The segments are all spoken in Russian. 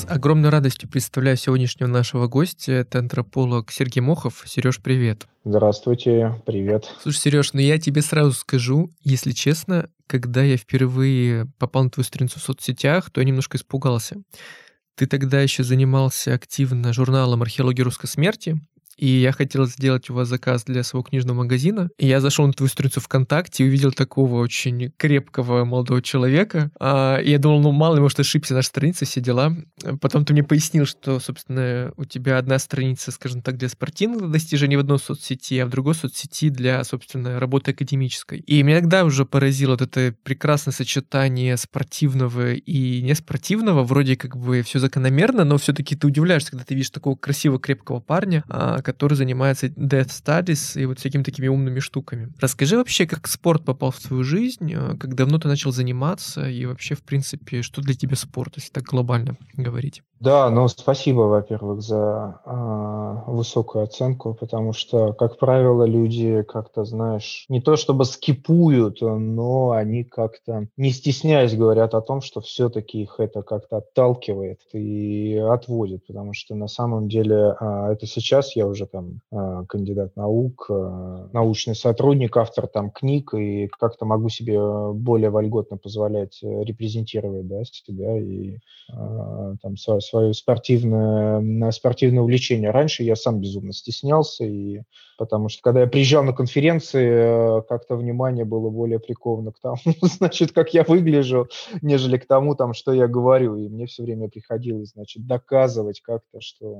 С огромной радостью представляю сегодняшнего нашего гостя. Это антрополог Сергей Мохов. Сереж, привет. Здравствуйте, привет. Слушай, Сереж, ну я тебе сразу скажу, если честно, когда я впервые попал на твою страницу в соцсетях, то я немножко испугался. Ты тогда еще занимался активно журналом «Археология русской смерти», и я хотел сделать у вас заказ для своего книжного магазина. И я зашел на твою страницу ВКонтакте и увидел такого очень крепкого молодого человека. И я думал, ну мало ли, может, ошибся, наша страница, все дела. Потом ты мне пояснил, что, собственно, у тебя одна страница, скажем так, для спортивных достижений в одной соцсети, а в другой соцсети для, собственно, работы академической. И меня тогда уже поразило вот это прекрасное сочетание спортивного и неспортивного. Вроде как бы все закономерно, но все-таки ты удивляешься, когда ты видишь такого красивого, крепкого парня, который занимается Death Studies и вот всякими такими умными штуками. Расскажи вообще, как спорт попал в твою жизнь, как давно ты начал заниматься и вообще, в принципе, что для тебя спорт, если так глобально говорить? Да, ну спасибо, во-первых, за высокую оценку, потому что, как правило, люди как-то, знаешь, не то чтобы скипуют, но они как-то, не стесняясь, говорят о том, что все-таки их это как-то отталкивает и отводит, потому что на самом деле это сейчас я уже там кандидат наук, научный сотрудник, автор там книг, и как-то могу себе более вольготно позволять репрезентировать, да, себя и там свое спортивное увлечение. Раньше я сам безумно стеснялся, и потому что когда я приезжал на конференции, как-то внимание было более приковано к тому, значит, как я выгляжу, нежели к тому, там, что я говорю. И мне все время приходилось, значит, доказывать как-то, что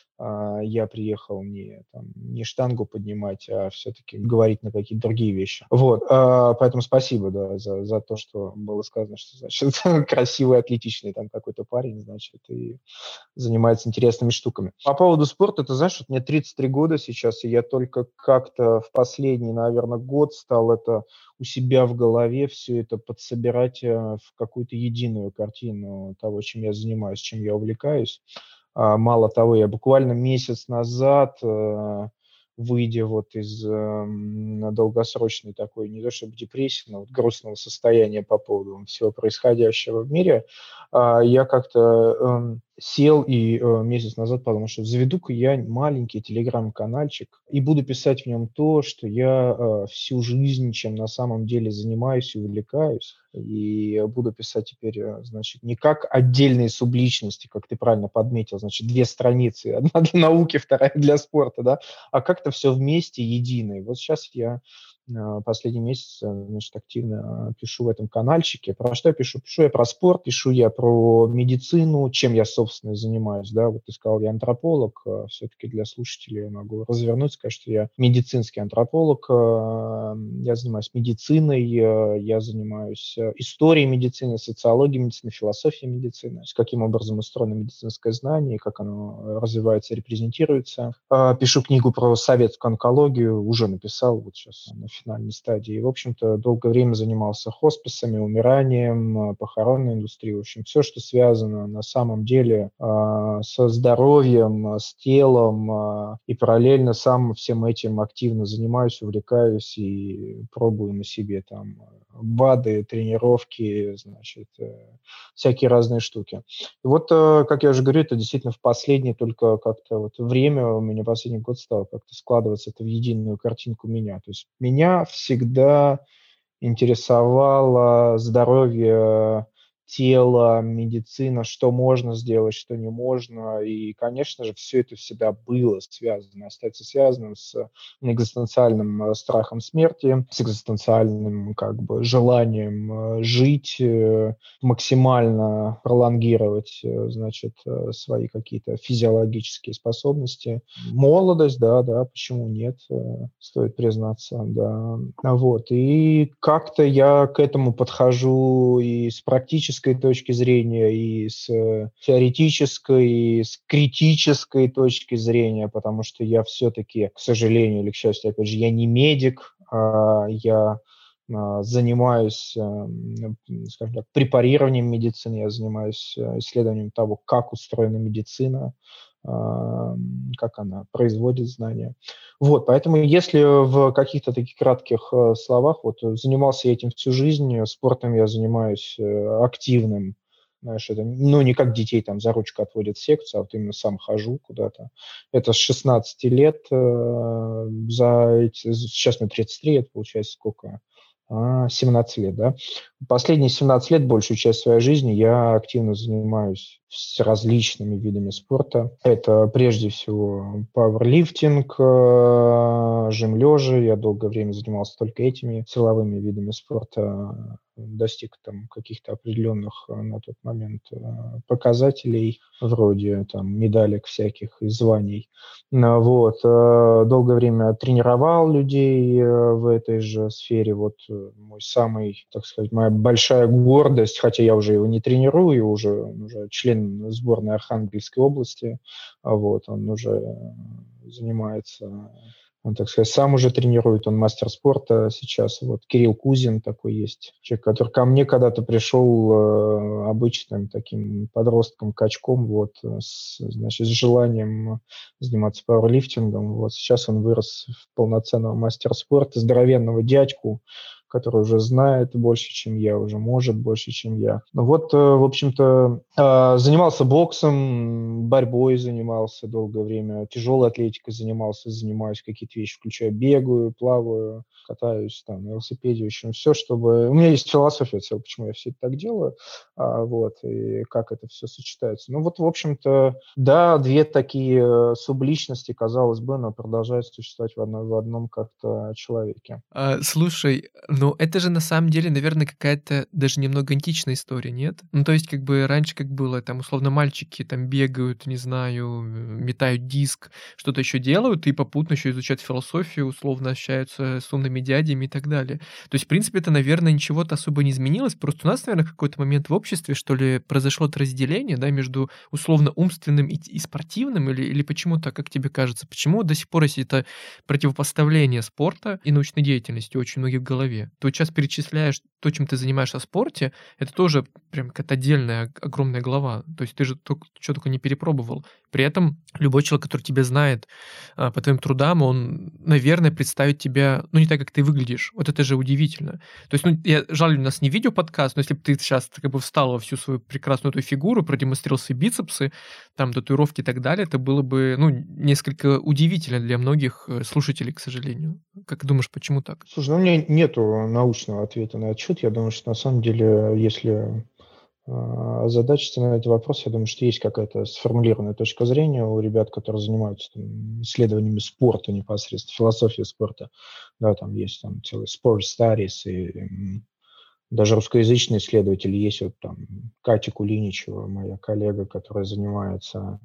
я приехал не штангу поднимать, а все-таки говорить на какие-то другие вещи. Вот, поэтому спасибо, да, за то, что было сказано, что, значит, красивый, атлетичный там какой-то парень, значит, и занимается интересными штуками. По поводу спорта, ты знаешь, вот мне 33 года сейчас, и я только как-то в последний, наверное, год стал это у себя в голове все это подсобирать в какую-то единую картину того, чем я занимаюсь, чем я увлекаюсь. Мало того, я буквально месяц назад, выйдя вот из долгосрочной такой, не то чтобы депрессии, но вот грустного состояния по поводу всего происходящего в мире, я как-то сел и месяц назад подумал, что заведу-ка я маленький телеграм-канальчик и буду писать в нем то, что я всю жизнь, чем на самом деле занимаюсь и увлекаюсь. И буду писать теперь, значит, не как отдельные субличности, как ты правильно подметил, значит, две страницы, одна для науки, вторая для спорта, да, а как-то все вместе единое. Вот сейчас я последний месяц, значит, активно пишу в этом канальчике. Про что я пишу? Пишу я про спорт, пишу я про медицину, чем я, собственно, занимаюсь, да, вот ты сказал, я антрополог, все-таки для слушателей я могу развернуть, сказать, что я медицинский антрополог, я занимаюсь медициной, я занимаюсь историей медицины, социологией медицины, философией медицины, каким образом устроено медицинское знание, как оно развивается, репрезентируется. Пишу книгу про советскую онкологию, уже написал, вот сейчас на финальной стадии. И, в общем-то, долгое время занимался хосписами, умиранием, похоронной индустрией. В общем, все, что связано на самом деле со здоровьем, с телом. И параллельно сам всем этим активно занимаюсь, увлекаюсь и пробую на себе там БАДы, тренировки, значит, всякие разные штуки. И вот, как я уже говорю, это действительно в последнее только как-то вот время, у меня последний год стало как-то складываться это в единую картинку меня. То есть меня всегда интересовало здоровье тела, медицина, что можно сделать, что не можно. И, конечно же, все это всегда было связано, остается связанным с экзистенциальным страхом смерти, с экзистенциальным как бы желанием жить, максимально пролонгировать, значит, свои какие-то физиологические способности. Молодость, да, почему нет, стоит признаться, да. Вот, и как-то я к этому подхожу и с практической точки зрения, и с теоретической, и с критической точки зрения, потому что я все-таки, к сожалению или к счастью, опять же, я не медик, я занимаюсь, скажем так, препарированием медицины, я занимаюсь исследованием того, как устроена медицина, как она производит знания. Вот, поэтому если в каких-то таких кратких словах, вот занимался я этим всю жизнь, спортом я занимаюсь активным, Знаешь, это, ну, не как детей там за ручку отводят в секцию, а вот именно сам хожу куда-то. Это с 16 лет. Сейчас мне 33, это получается сколько? 17 лет, да? Последние 17 лет, большую часть своей жизни, я активно занимаюсь с различными видами спорта. Это прежде всего пауэрлифтинг, жим лежа. Я долгое время занимался только этими силовыми видами спорта, достиг там каких-то определенных на тот момент показателей, вроде там медалек всяких и званий. Вот. Долгое время тренировал людей в этой же сфере. Вот мой самый, так сказать, моя большая гордость, хотя я уже его не тренирую, уже член сборной Архангельской области, вот, он уже занимается, он, так сказать, сам уже тренирует, он мастер спорта сейчас. Вот Кирилл Кузин такой есть, человек, который ко мне когда-то пришел обычным таким подростком-качком, вот, значит, с желанием заниматься пауэрлифтингом. Вот сейчас он вырос в полноценного мастера спорта, здоровенного дядьку, который уже знает больше, чем я, уже может больше, чем я. Ну вот, в общем-то, занимался боксом, борьбой занимался долгое время, тяжелой атлетикой занимаюсь, какие-то вещи включаю, бегаю, плаваю, катаюсь там на велосипеде, в общем, все, чтобы... У меня есть философия целая, почему я все это так делаю, вот, и как это все сочетается. Ну вот, в общем-то, да, две такие субличности, казалось бы, но продолжают существовать в одном как-то человеке. Слушай, ну это же на самом деле, наверное, какая-то даже немного античная история, нет? Ну, то есть, как бы раньше как было, там, условно, мальчики там бегают, не знаю, метают диск, что-то еще делают, и попутно еще изучают философию, условно общаются с умными дядями и так далее. То есть, в принципе, это, наверное, ничего-то особо не изменилось, просто у нас, наверное, в какой-то момент в обществе, что ли, произошло это разделение, да, между условно умственным и спортивным, или почему так, как тебе кажется? Почему до сих пор есть это противопоставление спорта и научной деятельности у очень многих в голове? Ты вот щас перечисляешь то, чем ты занимаешься в спорте, это тоже прям какая-то отдельная огромная глава. То есть ты же чё только не перепробовал. При этом любой человек, который тебя знает, по твоим трудам, он, наверное, представит тебя, ну, не так, как ты выглядишь. Вот это же удивительно. То есть, ну, жаль, у нас не видеоподкаст, но если бы ты сейчас как бы встал во всю свою прекрасную эту фигуру, продемонстрировал свои бицепсы, там, татуировки и так далее, это было бы, ну, несколько удивительно для многих слушателей, к сожалению. Как думаешь, почему так? Слушай, ну у меня нету научного ответа на этот счет. Я думаю, что на самом деле, если озадачиться на этот вопрос, я думаю, что есть какая-то сформулированная точка зрения у ребят, которые занимаются там, исследованиями спорта непосредственно, философией спорта. Да, там есть там целый sport studies, и даже русскоязычные исследователи есть. Вот там Катя Кулиничева, моя коллега, которая занимается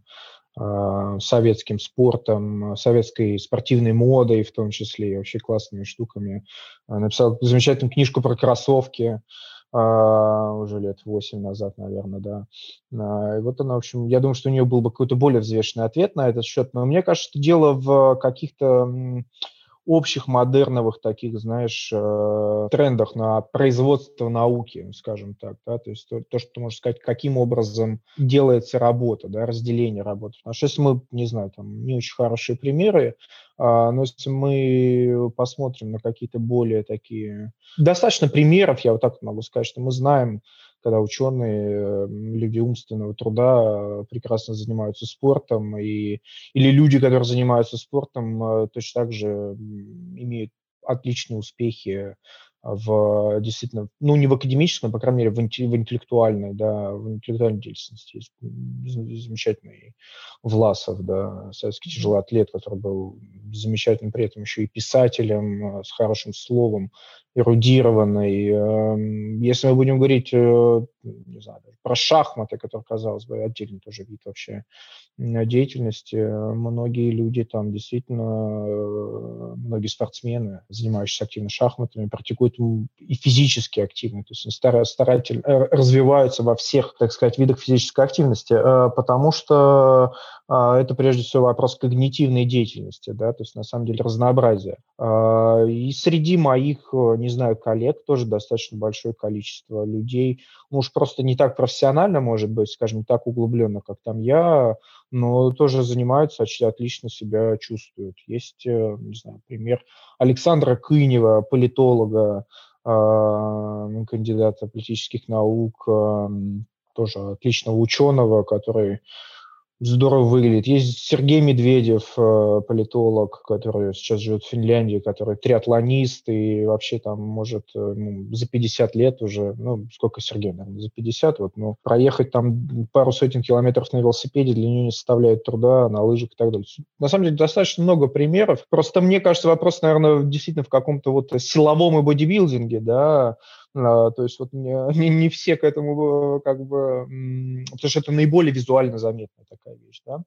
советским спортом, советской спортивной модой, в том числе, и вообще классными штуками. Написал замечательную книжку про кроссовки, уже лет 8 назад, наверное, да. И вот она, в общем, я думаю, что у нее был бы какой-то более взвешенный ответ на этот счет, но мне кажется, что дело в каких-то общих модерновых таких, знаешь, трендах на производство науки, скажем так, да, то есть то, что ты можешь сказать, каким образом делается работа, да, разделение работы. Потому что если мы, не знаю, там, не очень хорошие примеры, но если мы посмотрим на какие-то более такие... Достаточно примеров, я вот так могу сказать, что мы знаем, когда ученые, люди умственного труда прекрасно занимаются спортом, или люди, которые занимаются спортом, точно так же имеют отличные успехи в действительно, ну, не в академическом, по крайней мере, в интеллектуальной, да, в интеллектуальной деятельности. Есть замечательный Власов, да, советский тяжелоатлет, который был замечательным при этом еще и писателем, с хорошим словом, эрудированный. Если мы будем говорить, не знаю, про шахматы, которые, казалось бы, отдельный тоже вид вообще деятельности, многие люди там действительно, многие спортсмены, занимающиеся активно шахматами, практикуют и физически активно, то есть они старательно развиваются во всех, так сказать, видах физической активности, потому что это прежде всего вопрос когнитивной деятельности, да, то есть на самом деле разнообразия. И среди моих, не знаю, коллег тоже достаточно большое количество людей, ну уж просто не так профессионально, может быть, скажем, не так углубленно, как там я, но тоже занимаются, отлично себя чувствуют. Есть, не знаю, пример Александра Кынева, политолога, кандидата политических наук, тоже отличного ученого, который здорово выглядит. Есть Сергей Медведев, политолог, который сейчас живет в Финляндии, который триатлонист и вообще там может за 50 лет уже, ну, сколько Сергей, наверное, за 50, вот, ну, проехать там пару сотен километров на велосипеде для него не составляет труда, на лыжах и так далее. На самом деле достаточно много примеров. Просто мне кажется, вопрос, наверное, действительно в каком-то вот силовом и бодибилдинге, да, то есть вот не все к этому как бы, потому что это наиболее визуально заметная такая вещь, да.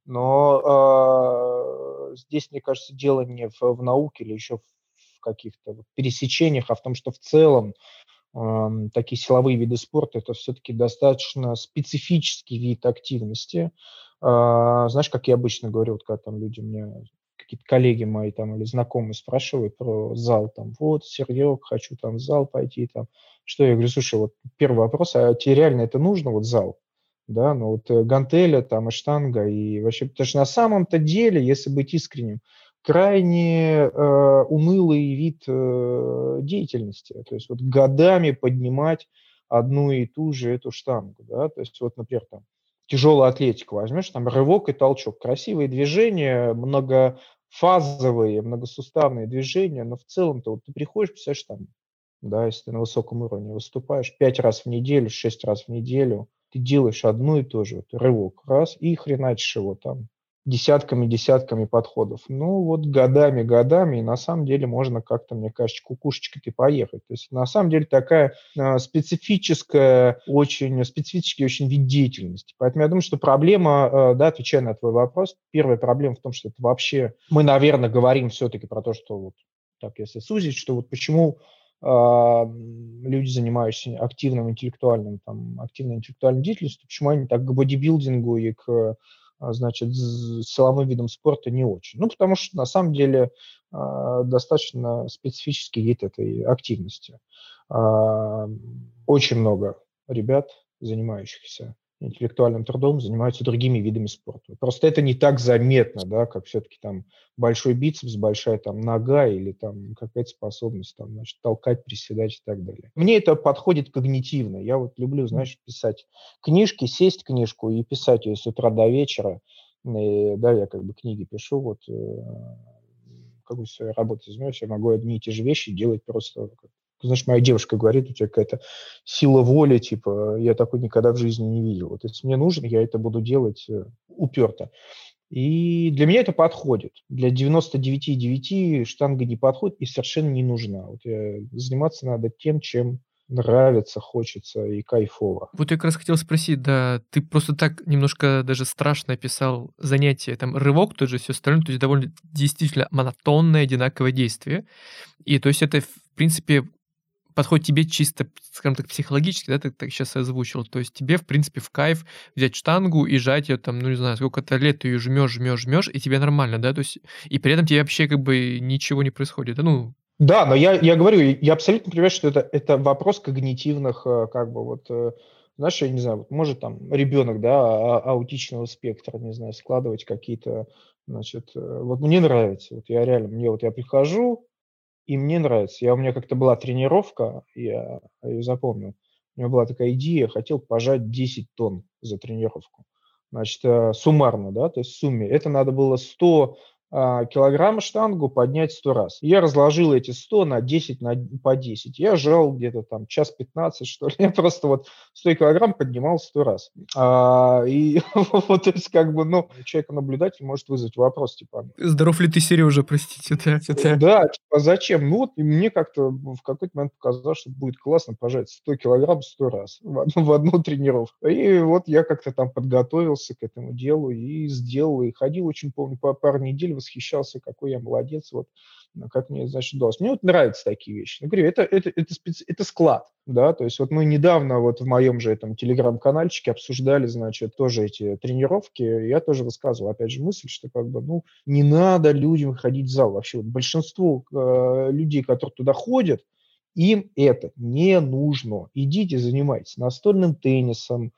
Но здесь, мне кажется, дело не в науке или еще в каких-то вот пересечениях, а в том, что в целом такие силовые виды спорта – это все-таки достаточно специфический вид активности. Знаешь, как я обычно говорю, вот когда там люди мне, какие-то коллеги мои там или знакомые спрашивают про зал, там, вот, Серег, хочу там в зал пойти, там, что я говорю, слушай, вот первый вопрос, а тебе реально это нужно, вот зал? Да, ну вот гантеля, там, и штанга, и вообще, потому что на самом-то деле, если быть искренним, крайне унылый вид деятельности. То есть вот годами поднимать одну и ту же эту штангу. Да? То есть вот, например, там, тяжелая атлетика возьмешь, там рывок и толчок. Красивые движения, многофазовые, многосуставные движения, но в целом-то вот ты приходишь, представляешь, там, да, если ты на высоком уровне выступаешь, 5 раз в неделю, 6 раз в неделю, ты делаешь одну и ту же, вот, рывок, раз, и хреначишь его там десятками подходов. Ну, вот годами, и на самом деле можно как-то, мне кажется, кукушечкой-то поехать. То есть на самом деле такая специфическая, очень специфический очень вид деятельности. Поэтому я думаю, что проблема, да, отвечая на твой вопрос, первая проблема в том, что это вообще, мы, наверное, говорим все-таки про то, что вот так, если сузить, что вот почему люди, занимающиеся активной интеллектуальной деятельностью, почему они так к бодибилдингу и к значит, силовым видом спорта не очень. Ну, потому что, на самом деле, достаточно специфический вид этой активности. Очень много ребят, занимающихся интеллектуальным трудом, занимаются другими видами спорта. Просто это не так заметно, да, как все-таки там большой бицепс, большая там нога или там какая-то способность там, значит, толкать, приседать и так далее. Мне это подходит когнитивно. Я вот люблю, знаешь, писать книжки, сесть книжку и писать ее с утра до вечера. И, да, я как бы книги пишу, вот какую свою работу занимаюсь, я могу одни и те же вещи делать просто. Знаешь, моя девушка говорит, у тебя какая-то сила воли, типа, я такой никогда в жизни не видел. Вот если мне нужно, я это буду делать уперто. И для меня это подходит. Для 99,9 штанга не подходит и совершенно не нужна. Вот заниматься надо тем, чем нравится, хочется и кайфово. Вот я как раз хотел спросить, да, ты просто так немножко даже страшно описал занятие, там рывок тот же, все остальное, то есть довольно действительно монотонное, одинаковое действие. И то есть это, в принципе, подходит тебе чисто, скажем так, психологически, да, ты так сейчас озвучил. То есть тебе, в принципе, в кайф взять штангу и жать ее там, ну, не знаю, сколько-то лет ты ее жмешь, и тебе нормально, да, то есть и при этом тебе вообще как бы ничего не происходит, да, ну. Да, но я говорю, я абсолютно понимаю, что это вопрос когнитивных, как бы вот, знаешь, я не знаю, вот может там ребенок, да, аутичного спектра, не знаю, складывать какие-то, значит, вот мне нравится, вот я реально, я прихожу, и мне нравится. У меня как-то была тренировка, я ее запомнил. У меня была такая идея, хотел пожать 10 тонн за тренировку. Значит, суммарно, да, то есть в сумме. Это надо было 100 килограмм штангу поднять 100 раз. Я разложил эти 100 на 10, по 10. Я жал где-то там час 15, что ли. Я просто вот 100 килограмм поднимал 100 раз. И вот, то есть, как бы, ну, человек-наблюдатель может вызвать вопрос, типа, Здоров ли ты, Сережа, простите, это. да, типа, зачем? Ну вот, и мне как-то в какой-то момент показалось, что будет классно пожать 100 килограмм 100 раз в одну тренировку. И вот я как-то там подготовился к этому делу и сделал, и ходил очень, помню, по пару недель, восхищался, какой я молодец, вот, как мне, значит, удалось. Мне вот нравятся такие вещи. Я говорю, это склад, да, то есть вот мы недавно вот в моем же этом телеграм-канальчике обсуждали, значит, тоже эти тренировки, я тоже высказывал, опять же, мысль, что как бы, ну, не надо людям ходить в зал. Вообще вот большинству людей, которые туда ходят, им это не нужно. Идите занимайтесь настольным теннисом,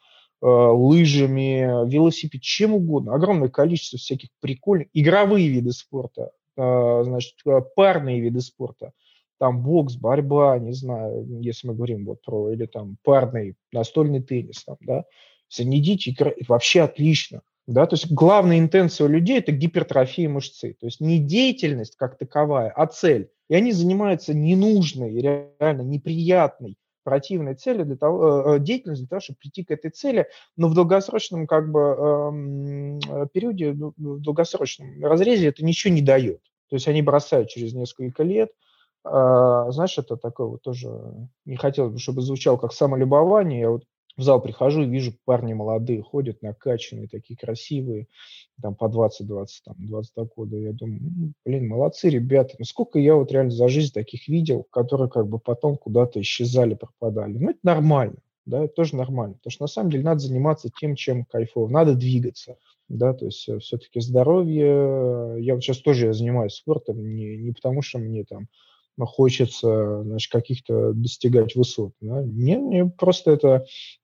лыжами, велосипед, чем угодно. Огромное количество всяких прикольных, игровые виды спорта, значит, парные виды спорта. там бокс, борьба, не знаю, если мы говорим вот про, или там парный настольный теннис, там, да, если не идите играть, вообще отлично. Да, то есть главная интенция у людей – это гипертрофия мышцы. То есть не деятельность как таковая, а цель. И они занимаются ненужной, реально неприятной, противной целью для того, деятельностью для того, чтобы прийти к этой цели, но в долгосрочном как бы периоде, в долгосрочном разрезе это ничего не дает. То есть они бросают через несколько лет. Знаешь, это такое вот тоже, не хотелось бы, чтобы звучало как самолюбование. Я вот в зал прихожу и вижу, парни молодые ходят, накачанные, такие красивые, там по 20-20, там 22 года. Я думаю, блин, молодцы ребята. Ну сколько я вот реально за жизнь таких видел, которые как бы потом куда-то исчезали, пропадали. Ну это нормально, да, это тоже нормально. Потому что на самом деле надо заниматься тем, чем кайфово, надо двигаться. Да, то есть все-таки здоровье. Я вот сейчас тоже занимаюсь спортом не потому, что мне там хочется, значит, каких-то достигать высот. Да. Мне просто это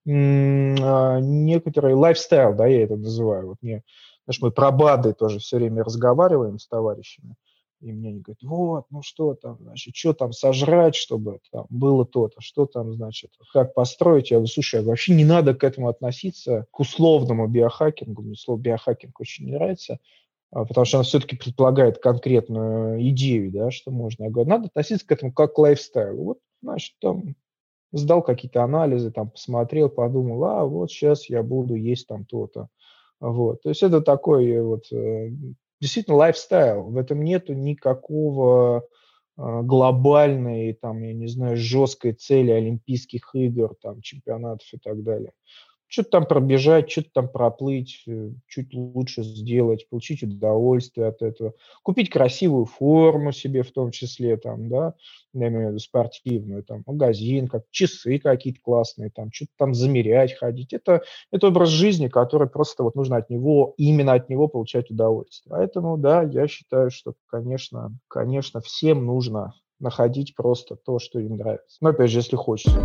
некоторый лайфстайл, да, я это называю. Вот мне, знаешь, мы про БАДы тоже все время разговариваем с товарищами, и мне они говорят, вот, ну что там, значит, что там сожрать, чтобы там было то-то, что там, значит, как построить. Я говорю, слушай, вообще не надо к этому относиться, к условному биохакингу. Мне слово биохакинг очень не нравится, потому что она все-таки предполагает конкретную идею, да, что можно. Я говорю, надо относиться к этому как к лайфстайлу. Вот, значит, там сдал какие-то анализы, там посмотрел, подумал, вот сейчас я буду есть там то-то. Вот. То есть это такой вот действительно лайфстайл. В этом нету никакого глобальной, там, я не знаю, жесткой цели Олимпийских игр, там, чемпионатов и так далее. Что-то там пробежать, что-то там проплыть, чуть лучше сделать, получить удовольствие от этого, купить красивую форму себе в том числе, там, да, я имею в виду спортивную, там, магазин, как часы какие-то классные, там, что-то там замерять, ходить. Это образ жизни, который просто вот нужно от него, именно от него получать удовольствие. Поэтому, да, я считаю, что, конечно, всем нужно находить просто то, что им нравится. Но, опять же, если хочется.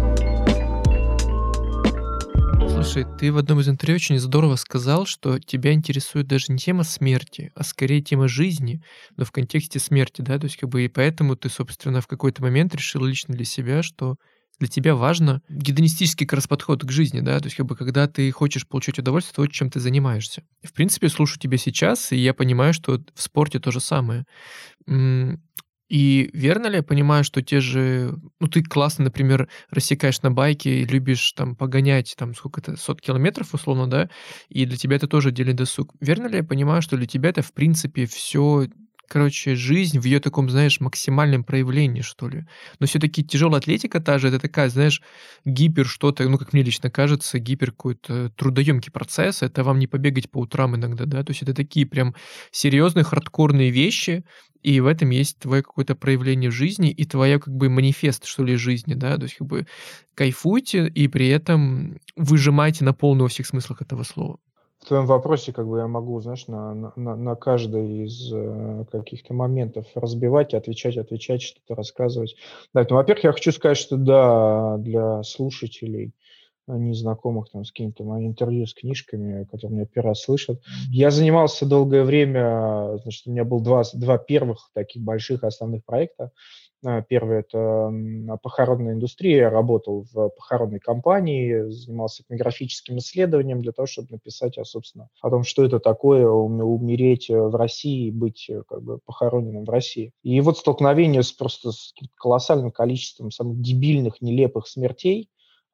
Слушай, ты в одном из интервью очень здорово сказал, что тебя интересует даже не тема смерти, а скорее тема жизни, но в контексте смерти, да, то есть как бы и поэтому ты, собственно, в какой-то момент решил лично для себя, что для тебя важно гедонистический как раз подход к жизни, да, то есть как бы когда ты хочешь получать удовольствие от того, чем ты занимаешься. В принципе, слушаю тебя сейчас, и я понимаю, что в спорте то же самое. М, И верно ли я понимаю, что те же, ну, ты классно, например, рассекаешь на байке и любишь там погонять, там, сколько это, сот километров условно, да, и для тебя это тоже отдельный досуг. Верно ли я понимаю, что для тебя это, в принципе, все, короче, жизнь в ее таком, знаешь, максимальном проявлении, что ли? Но все-таки тяжелая атлетика та же, это такая, знаешь, гипер что-то, ну, как мне лично кажется, гипер какой-то трудоемкий процесс, это вам не побегать по утрам иногда, да, то есть это такие прям серьезные хардкорные вещи, и в этом есть твое какое-то проявление жизни и твоя как бы манифест, что ли, жизни, да. То есть как бы кайфуйте и при этом выжимайте на полную во всех смыслах этого слова. В твоем вопросе как бы я могу, знаешь, на каждый из каких-то моментов разбивать, отвечать, что-то рассказывать. Да, ну, во-первых, я хочу сказать, что да, для слушателей, незнакомых там с какими-то моими интервью с книжками, которые меня первый раз слышат. Я занимался долгое время, значит, у меня был два первых таких больших основных проекта. Первый – это похоронная индустрия. Я работал в похоронной компании, занимался этнографическим исследованием для того, чтобы написать, собственно, о том, что это такое умереть в России и быть как бы похороненным в России. И вот столкновение просто с колоссальным количеством самых дебильных, нелепых смертей,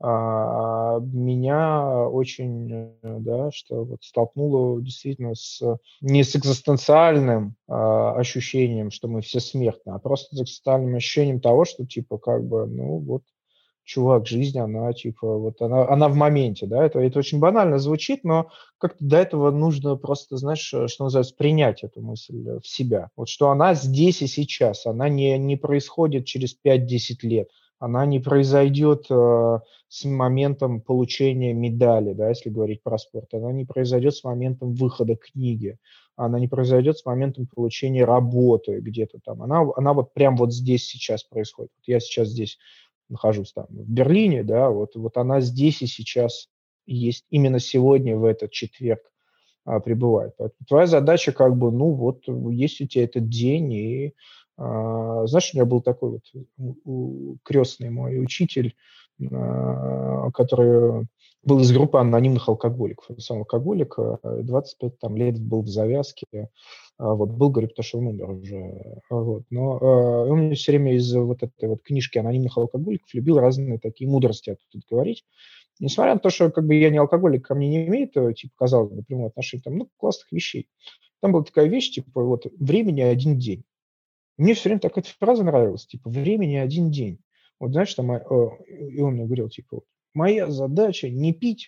меня очень, да, что вот столкнуло действительно не с экзистенциальным ощущением, что мы все смертны, а просто с экзистенциальным ощущением того, что типа как бы, ну вот, чувак, жизнь, она типа, вот она в моменте, да, это очень банально звучит, но как-то до этого нужно просто, знаешь, что называется, принять эту мысль в себя. Вот что она здесь и сейчас, она не происходит через 5-10 лет, она не произойдет с моментом получения медали, да, если говорить про спорт, она не произойдет с моментом выхода книги, она не произойдет с моментом получения работы где-то там, она вот прям вот здесь сейчас происходит. Вот я сейчас здесь нахожусь там в Берлине, да, вот она здесь и сейчас есть, именно сегодня, в этот четверг пребывает. Поэтому твоя задача как бы, ну вот, есть у тебя этот день, и Знаешь, у меня был такой вот крестный мой учитель, который был из группы анонимных алкоголиков. Он сам алкоголик, 25 там, лет был в завязке. Вот, был, говорю, потому что он умер уже. Вот. Но он мне все время из вот этой вот книжки анонимных алкоголиков любил разные такие мудрости оттуда говорить. Несмотря на то, что как бы я не алкоголик, ко мне не имеет, типа, казалось бы, прямого отношения, там, ну, классных вещей. Там была такая вещь, типа, вот, времени один день. Мне все время так эта фраза нравилась, типа, времени один день. Вот знаешь, там, и он мне говорил, типа, вот, моя задача не пить,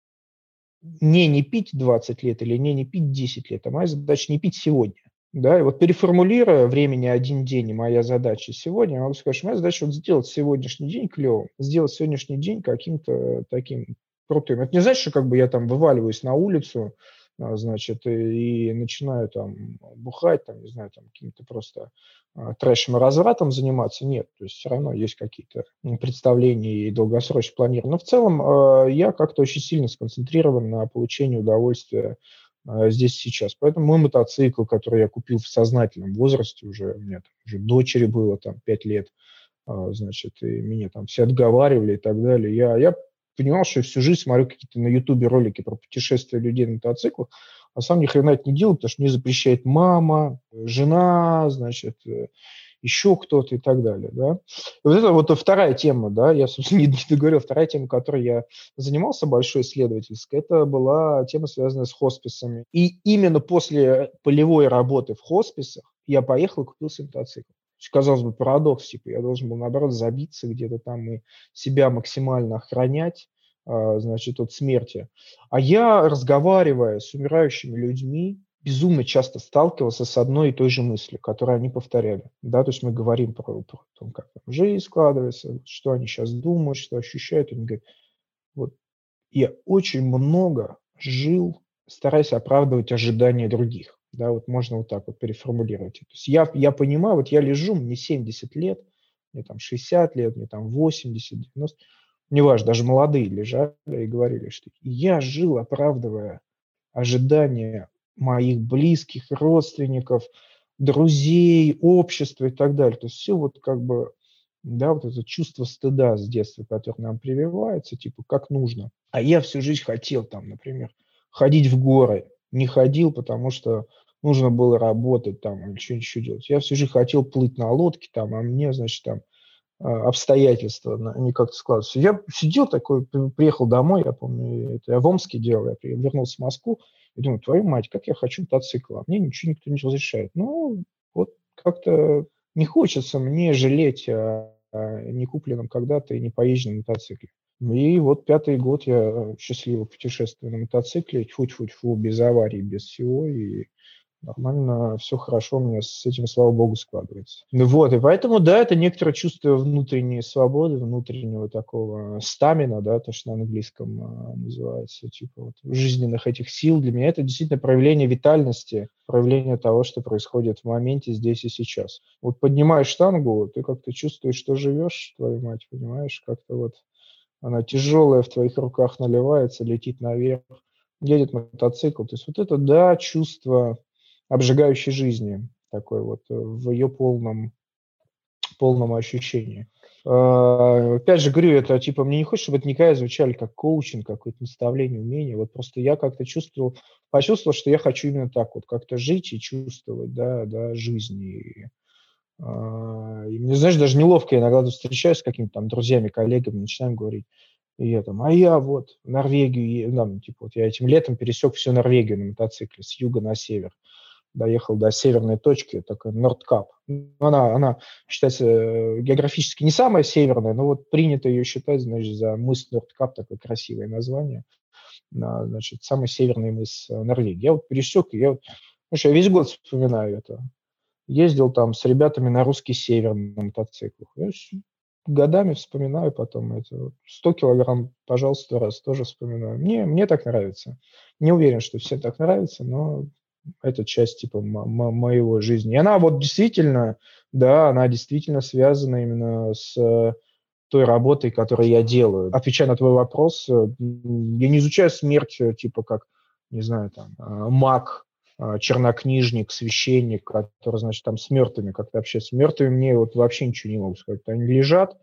не пить 20 лет или не пить 10 лет, а моя задача не пить сегодня. Да, и вот переформулируя времени один день и моя задача сегодня, я могу сказать, что моя задача вот сделать сегодняшний день клевым, сделать сегодняшний день каким-то таким крутым. Это не значит, что как бы я там вываливаюсь на улицу, значит, и начинаю там бухать, там, не знаю, там каким-то просто трэшем и развратом заниматься. Нет, то есть все равно есть какие-то представления и долгосрочное планирование. Но в целом я как-то очень сильно сконцентрирован на получении удовольствия здесь и сейчас. Поэтому мой мотоцикл, который я купил в сознательном возрасте, уже у меня там, уже дочери было там 5 лет, значит, и меня там все отговаривали и так далее. Я понимал, что я всю жизнь смотрю какие-то на Ютубе ролики про путешествия людей на мотоциклах, а сам ни хрена это не делаю, потому что мне запрещает мама, жена, значит, еще кто-то и так далее, да. И вот это вот вторая тема, да, я, собственно, не договорил, вторая тема, которой я занимался, большой исследовательской, это была тема, связанная с хосписами. И именно после полевой работы в хосписах я поехал и купил себе мотоцикл. Казалось бы, парадокс, типа, я должен был, наоборот, забиться где-то там и себя максимально охранять, значит, от смерти. А я, разговаривая с умирающими людьми, безумно часто сталкивался с одной и той же мыслью, которую они повторяли. Да, то есть мы говорим про то, как там жизнь складывается, что они сейчас думают, что ощущают. Они говорят, вот я очень много жил, стараясь оправдывать ожидания других. Да, вот можно вот так вот переформулировать. То есть я понимаю, вот я лежу, мне 70 лет, мне там 60 лет, мне там 80, 90, неважно, даже молодые лежали и говорили, что я жил, оправдывая ожидания моих близких, родственников, друзей, общества и так далее. То есть все вот как бы, да, вот это чувство стыда с детства, которое нам прививается, типа, как нужно. А я всю жизнь хотел там, например, ходить в горы. Не ходил, потому что нужно было работать там или что-нибудь еще делать. Я всю жизнь хотел плыть на лодке там, а мне, значит, там обстоятельства, они как-то складываются. Я сидел такой, приехал домой, я помню, это я в Омске делал, я вернулся в Москву, и думаю, твою мать, как я хочу мотоцикл, а мне ничего никто не разрешает. Ну, вот как-то не хочется мне жалеть о некупленном когда-то и не поезженном мотоцикле. И вот 5-й год я счастливо путешествую на мотоцикле, тьфу-тьфу-тьфу, без аварий, без всего, и нормально, все хорошо у меня с этим, слава богу, складывается. Ну вот, и поэтому, да, это некоторое чувство внутренней свободы, внутреннего такого стамина, да, то, что на английском называется, типа вот жизненных этих сил. Для меня это действительно проявление витальности, проявление того, что происходит в моменте здесь и сейчас. Вот поднимаешь штангу, ты как-то чувствуешь, что живешь, твою мать, понимаешь, как-то вот она тяжелая в твоих руках наливается, летит наверх, едет мотоцикл. То есть вот это, да, чувство обжигающей жизни, такой вот в ее полном ощущении. Опять же говорю, это типа мне не хочется, чтобы это никогда звучали как коучинг, какое-то наставление, умение. Вот просто я как-то почувствовал, что я хочу именно так вот как-то жить и чувствовать, да, жизнь. И мне, знаешь, даже неловко иногда встречаюсь с какими-то там друзьями, коллегами, начинаем говорить, и я там, а я вот в Норвегию, ну, типа вот я этим летом пересек всю Норвегию на мотоцикле с юга на север, доехал до северной точки, такая Нордкап. Она считается географически не самая северная, но вот принято ее считать, значит, за мыс Нордкап, такое красивое название, значит, самый северный мыс Норвегии. Я вот пересек, и я весь год вспоминаю это. Ездил там с ребятами на русский север на мотоциклах. Я годами вспоминаю потом это. 100 килограмм, пожалуйста, раз тоже вспоминаю. Мне так нравится. Не уверен, что всем так нравится, но это часть типа моего жизни. И она вот действительно, да, она действительно связана именно с той работой, которую я делаю. Отвечая на твой вопрос, я не изучаю смерть типа как, не знаю, там, маг, чернокнижник, священник, который, значит, там с мертвыми как-то общается. С мертвыми мне вот вообще ничего не могут сказать. Они лежат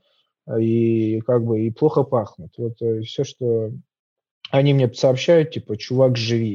и как бы и плохо пахнут. Вот все, что они мне сообщают, типа, чувак,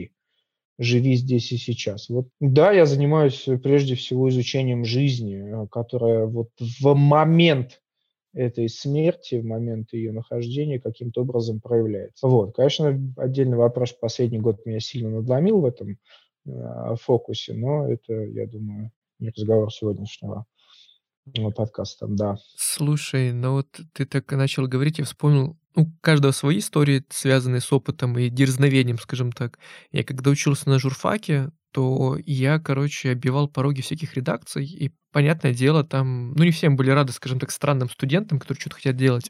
живи здесь и сейчас. Вот, да, я занимаюсь прежде всего изучением жизни, которая вот в момент этой смерти, в момент ее нахождения каким-то образом проявляется. Вот, конечно, отдельный вопрос, последний год меня сильно надломил в этом фокусе, но это, я думаю, не разговор сегодняшнего подкаста, да. Слушай, ну вот ты так и начал говорить, я вспомнил, ну, у каждого свои истории, связанные с опытом и дерзновением, скажем так. Я когда учился на журфаке, то я, короче, оббивал пороги всяких редакций, и, понятное дело, там, ну, не всем были рады, скажем так, странным студентам, которые что-то хотят делать.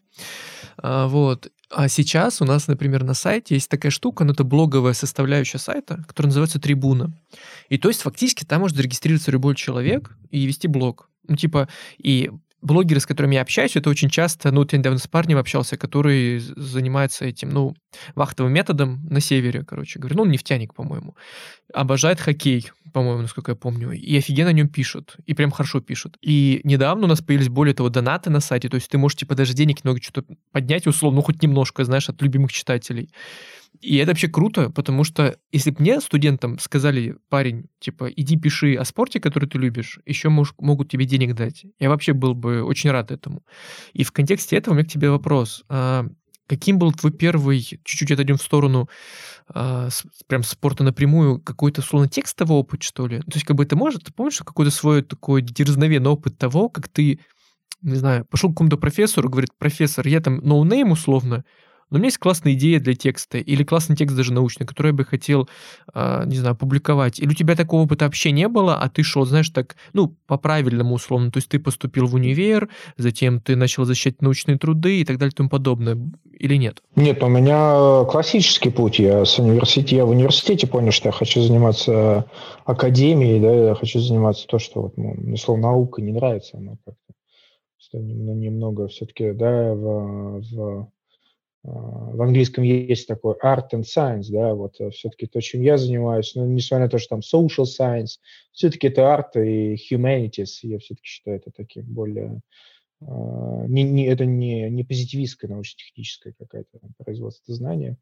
Вот. А сейчас у нас, например, на сайте есть такая штука, ну, это блоговая составляющая сайта, которая называется «Трибуна». И то есть фактически там может зарегистрироваться любой человек и вести блог. Ну, типа, и блогеры, с которыми я общаюсь, это очень часто, ну, вот я недавно с парнем общался, который занимается этим, ну, вахтовым методом на севере, короче говоря. Ну, он нефтяник, по-моему. Обожает хоккей, по-моему, насколько я помню. И офигенно о нем пишут. И прям хорошо пишут. И недавно у нас появились, более того, донаты на сайте. То есть ты можешь, типа, даже денег много что-то поднять, условно, ну, хоть немножко, знаешь, от любимых читателей. И это вообще круто, потому что если бы мне, студентам, сказали: парень, типа, иди пиши о спорте, который ты любишь, еще могут тебе денег дать, я вообще был бы очень рад этому. И в контексте этого у меня к тебе вопрос. Каким был твой первый, чуть-чуть отойдем в сторону прям спорта напрямую, какой-то, условно, текстовый опыт, что ли? То есть, как бы ты помнишь какой-то свой такой дерзновенный опыт того, как ты, не знаю, пошел к какому-то профессору, говорит: профессор, я там ноунейм условно, но у меня есть классная идея для текста или классный текст даже научный, который я бы хотел, не знаю, публиковать. Или у тебя такого опыта вообще не было, а ты шел, знаешь, так, ну, по-правильному условно. То есть ты поступил в универ, затем ты начал защищать научные труды и так далее и тому подобное. Или нет? Нет, у меня классический путь. Я в университете понял, что я хочу заниматься академией, да, я хочу заниматься то, что вот, ну, мне слово наука не нравится, она как-то немного все-таки, да, в английском есть такой art and science, да, вот все-таки то, чем я занимаюсь, ну, несмотря на то, что там social science, все-таки это art и humanities, я все-таки считаю это таким более это не позитивистская научно-техническая какая-то производство знания.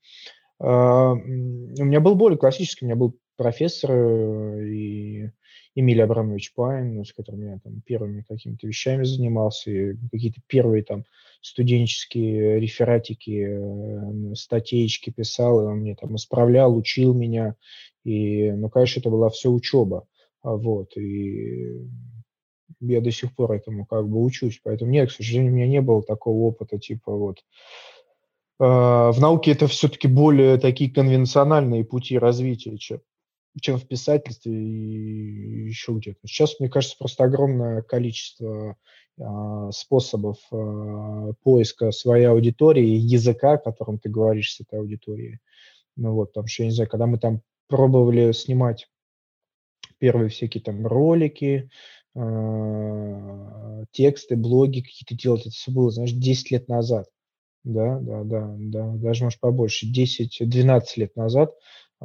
У меня был более классический, у меня был профессор и Эмилий Абрамович Пайн, с которым я там первыми какими-то вещами занимался, и какие-то первые там студенческие рефератики, статейки писал, и он мне там исправлял, учил меня, и, ну, конечно, это была все учеба, вот, и я до сих пор этому как бы учусь, поэтому нет, к сожалению, у меня не было такого опыта, типа вот. В науке это все-таки более такие конвенциональные пути развития, чем в писательстве и еще где-то. Сейчас, мне кажется, просто огромное количество способов поиска своей аудитории, языка, которым ты говоришь с этой аудиторией. Ну вот, потому что, я не знаю, когда мы там пробовали снимать первые всякие там ролики, тексты, блоги какие-то делать, это все было, знаешь, 10 лет назад. Да, да, да, да, даже, может, побольше, 10-12 лет назад.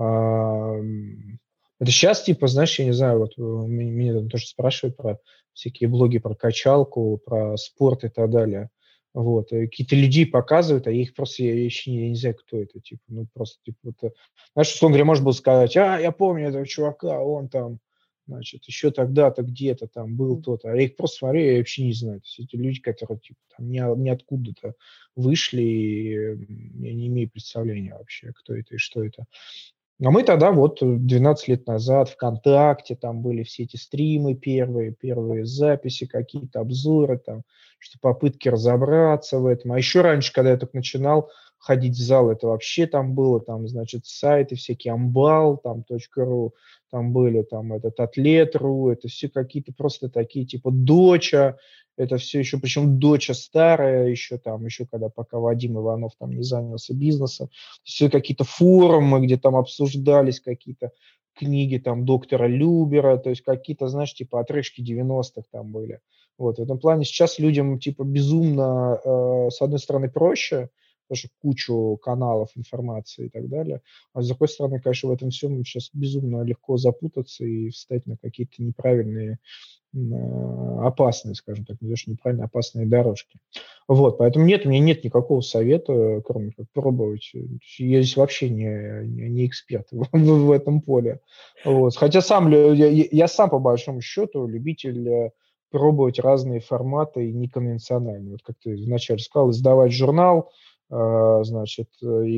Это сейчас, типа, знаешь, я не знаю, вот меня там тоже спрашивают про всякие блоги про качалку, про спорт и так далее. Вот, и какие-то людей показывают, а я их просто, я еще не знаю, кто это, типа, ну, просто, типа, вот, знаешь, условно говоря, можно было сказать, я помню этого чувака, он там, значит, еще тогда-то где-то там был тот, а я их просто смотрю, я вообще не знаю, то есть эти люди, которые, типа, там, ниоткуда-то вышли, и я не имею представления вообще, кто это и что это. А мы тогда вот 12 лет назад ВКонтакте, там были все эти стримы первые записи, какие-то обзоры, там, что попытки разобраться в этом. А еще раньше, когда я только начинал ходить в зал, это вообще там было, там, значит, сайты всякие, Амбал, там, .ру, там были, там, этот Атлет.ру, это все какие-то просто такие, типа, Доча, это все еще, причем Доча старая, еще там, еще когда пока Вадим Иванов там не занялся бизнесом, все какие-то форумы, где там обсуждались какие-то книги там доктора Любера, то есть какие-то, знаешь, типа отрыжки 90-х там были. Вот, в этом плане сейчас людям типа безумно, с одной стороны, проще, тоже кучу каналов информации и так далее. А с другой стороны, конечно, в этом всем сейчас безумно легко запутаться и встать на какие-то неправильные, опасные, скажем так, не то, что неправильно, опасные дорожки. Вот, поэтому нет, у меня нет никакого совета, кроме как пробовать. Я здесь вообще не эксперт в этом поле. Вот. Хотя сам, я сам, по большому счету, любитель пробовать разные форматы и неконвенциональные. Вот как ты вначале сказал, издавать журнал, значит,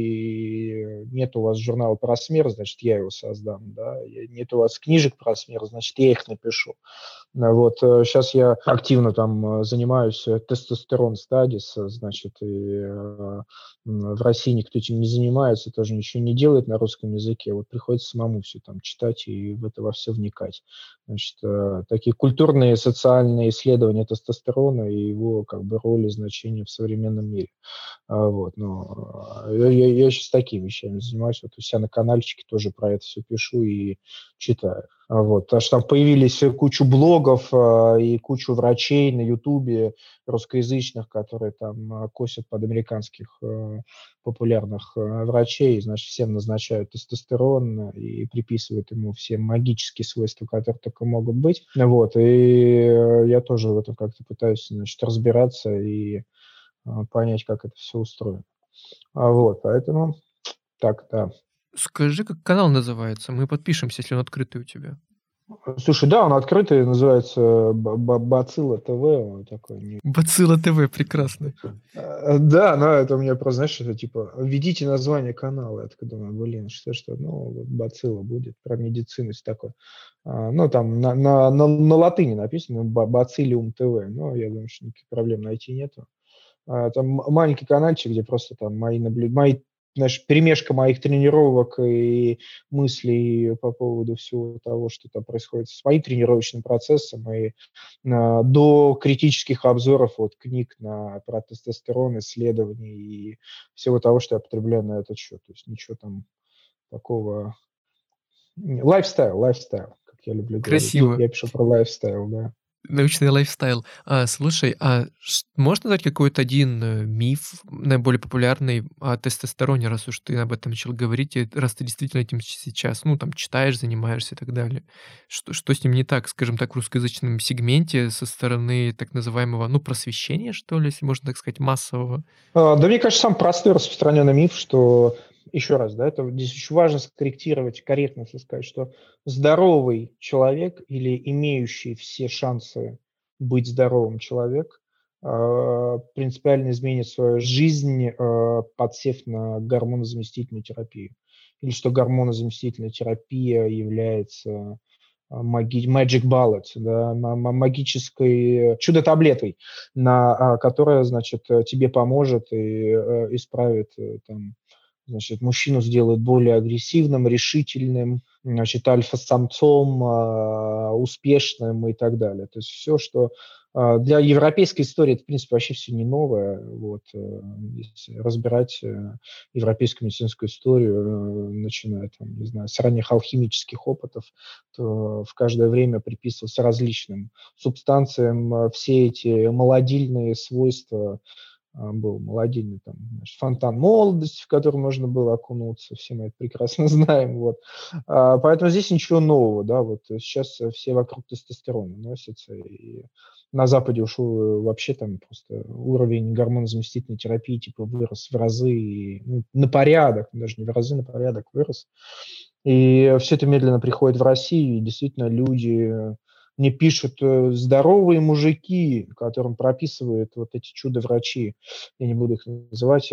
и нет у вас журнала про смерть, значит, я его создам, да, нет у вас книжек про смерть, значит, я их напишу. Вот, сейчас я активно там занимаюсь тестостерон стадис, значит, и в России никто этим не занимается, тоже ничего не делает на русском языке, вот приходится самому все там читать и в это во все вникать. Значит, такие культурные, социальные исследования тестостерона и его как бы роли, значения в современном мире. Вот, но я сейчас такими вещами занимаюсь, вот у себя на каналчике тоже про это все пишу и читаю. Вот, потому что там появились кучу блогов и кучу врачей на Ютубе русскоязычных, которые там косят под американских популярных врачей, значит, всем назначают тестостерон и приписывают ему все магические свойства, которые только могут быть. Вот, и я тоже в этом как-то пытаюсь, значит, разбираться и понять, как это все устроено. Вот, поэтому так, да. Скажи, как канал называется? Мы подпишемся, если он открытый у тебя. Слушай, да, он открытый, называется Бацилла ТВ, он такой. Бацилла ТВ, прекрасно. Да, но это у меня просто, знаешь, это типа, введите название канала. Я такой думаю, блин, что, ну, вот Бацилла будет, про медицину, если такое. Ну, там на латыни написано, Бациллиум ТВ, но я думаю, что никаких проблем найти нету. Там маленький каналчик, где просто там знаешь, перемешка моих тренировок и мыслей по поводу всего того, что там происходит с моим тренировочным процессом, и до критических обзоров вот книг про тестостерон, исследований и всего того, что я потребляю на этот счет. То есть ничего там такого. Лайфстайл, как я люблю говорить. Красиво. Я пишу про лайфстайл, да. Научный лайфстайл. Слушай, можешь назвать какой-то один миф, наиболее популярный о тестостероне, раз уж ты об этом начал говорить, и раз ты действительно этим сейчас, ну, там, читаешь, занимаешься и так далее? Что с ним не так, скажем так, в русскоязычном сегменте со стороны так называемого, ну, просвещения, что ли, если можно так сказать, массового? Да, мне кажется, самый простой распространенный миф, что, еще раз, да, это здесь очень важно скорректировать, корректно сказать, что здоровый человек или имеющий все шансы быть здоровым человек принципиально изменит свою жизнь, подсев на гормонозаместительную терапию. Или что гормонозаместительная терапия является magic bullet, да, магической чудо-таблетой, которая, значит, тебе поможет и исправит там, значит, мужчину сделает более агрессивным, решительным, значит, альфа-самцом, успешным и так далее. То есть все, что для европейской истории, это, в принципе, вообще все не новое. Вот, если разбирать европейскую медицинскую историю, начиная, там, не знаю, с ранних алхимических опытов, то в каждое время приписывался различным субстанциям все эти молодильные свойства. Был молодильный там, значит, фонтан молодости, в который можно было окунуться, все мы это прекрасно знаем, вот. Поэтому здесь ничего нового, да, вот сейчас все вокруг тестостерона носятся, и на Западе уж вообще там просто уровень гормонозаместительной терапии типа вырос в разы, и, ну, на порядок, даже не в разы, на порядок вырос. И все это медленно приходит в Россию, и действительно люди мне пишут здоровые мужики, которым прописывают вот эти чудо-врачи, я не буду их называть,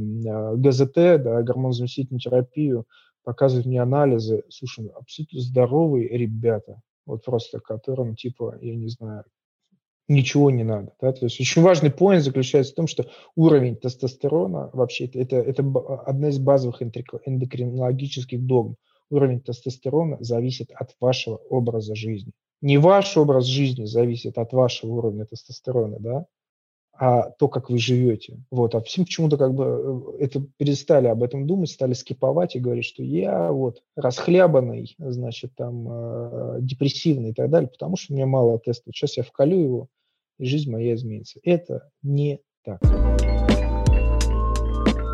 ГЗТ, да, гормонозаместительную терапию, показывают мне анализы. Слушай, абсолютно здоровые ребята, вот просто которым, типа, я не знаю, ничего не надо. Да? То есть очень важный поинт заключается в том, что уровень тестостерона, вообще, это одна из базовых эндокринологических догм. Уровень тестостерона зависит от вашего образа жизни. Не ваш образ жизни зависит от вашего уровня тестостерона, да, а то, как вы живете. Вот. А всем почему-то как бы это перестали об этом думать, стали скиповать и говорить, что я вот расхлябанный, значит, там депрессивный и так далее, потому что у меня мало теста. Сейчас я вколю его, и жизнь моя изменится. Это не так.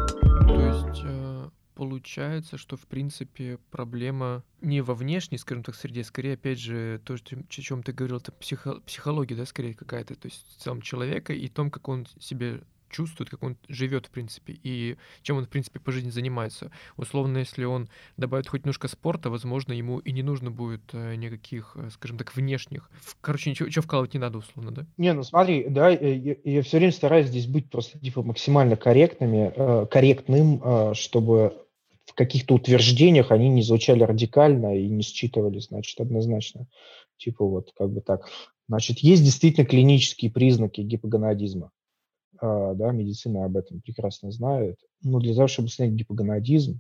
есть получается, что в принципе проблема не во внешней, скажем так, среде, скорее, опять же, то, о чем ты говорил, это психология, да, скорее какая-то, то есть в целом человека и том, как он себя чувствует, как он живет, в принципе, и чем он, в принципе, по жизни занимается. Условно, если он добавит хоть немножко спорта, возможно, ему и не нужно будет никаких, скажем так, внешних. Короче, ничего вкалывать не надо, условно, да? Не, ну смотри, да, я все время стараюсь здесь быть просто типа максимально корректным, чтобы в каких-то утверждениях они не звучали радикально и не считывали, значит, однозначно. Типа вот как бы так. Значит, есть действительно клинические признаки гипогонадизма. Да, медицина об этом прекрасно знает. Но для того, чтобы снять гипогонадизм,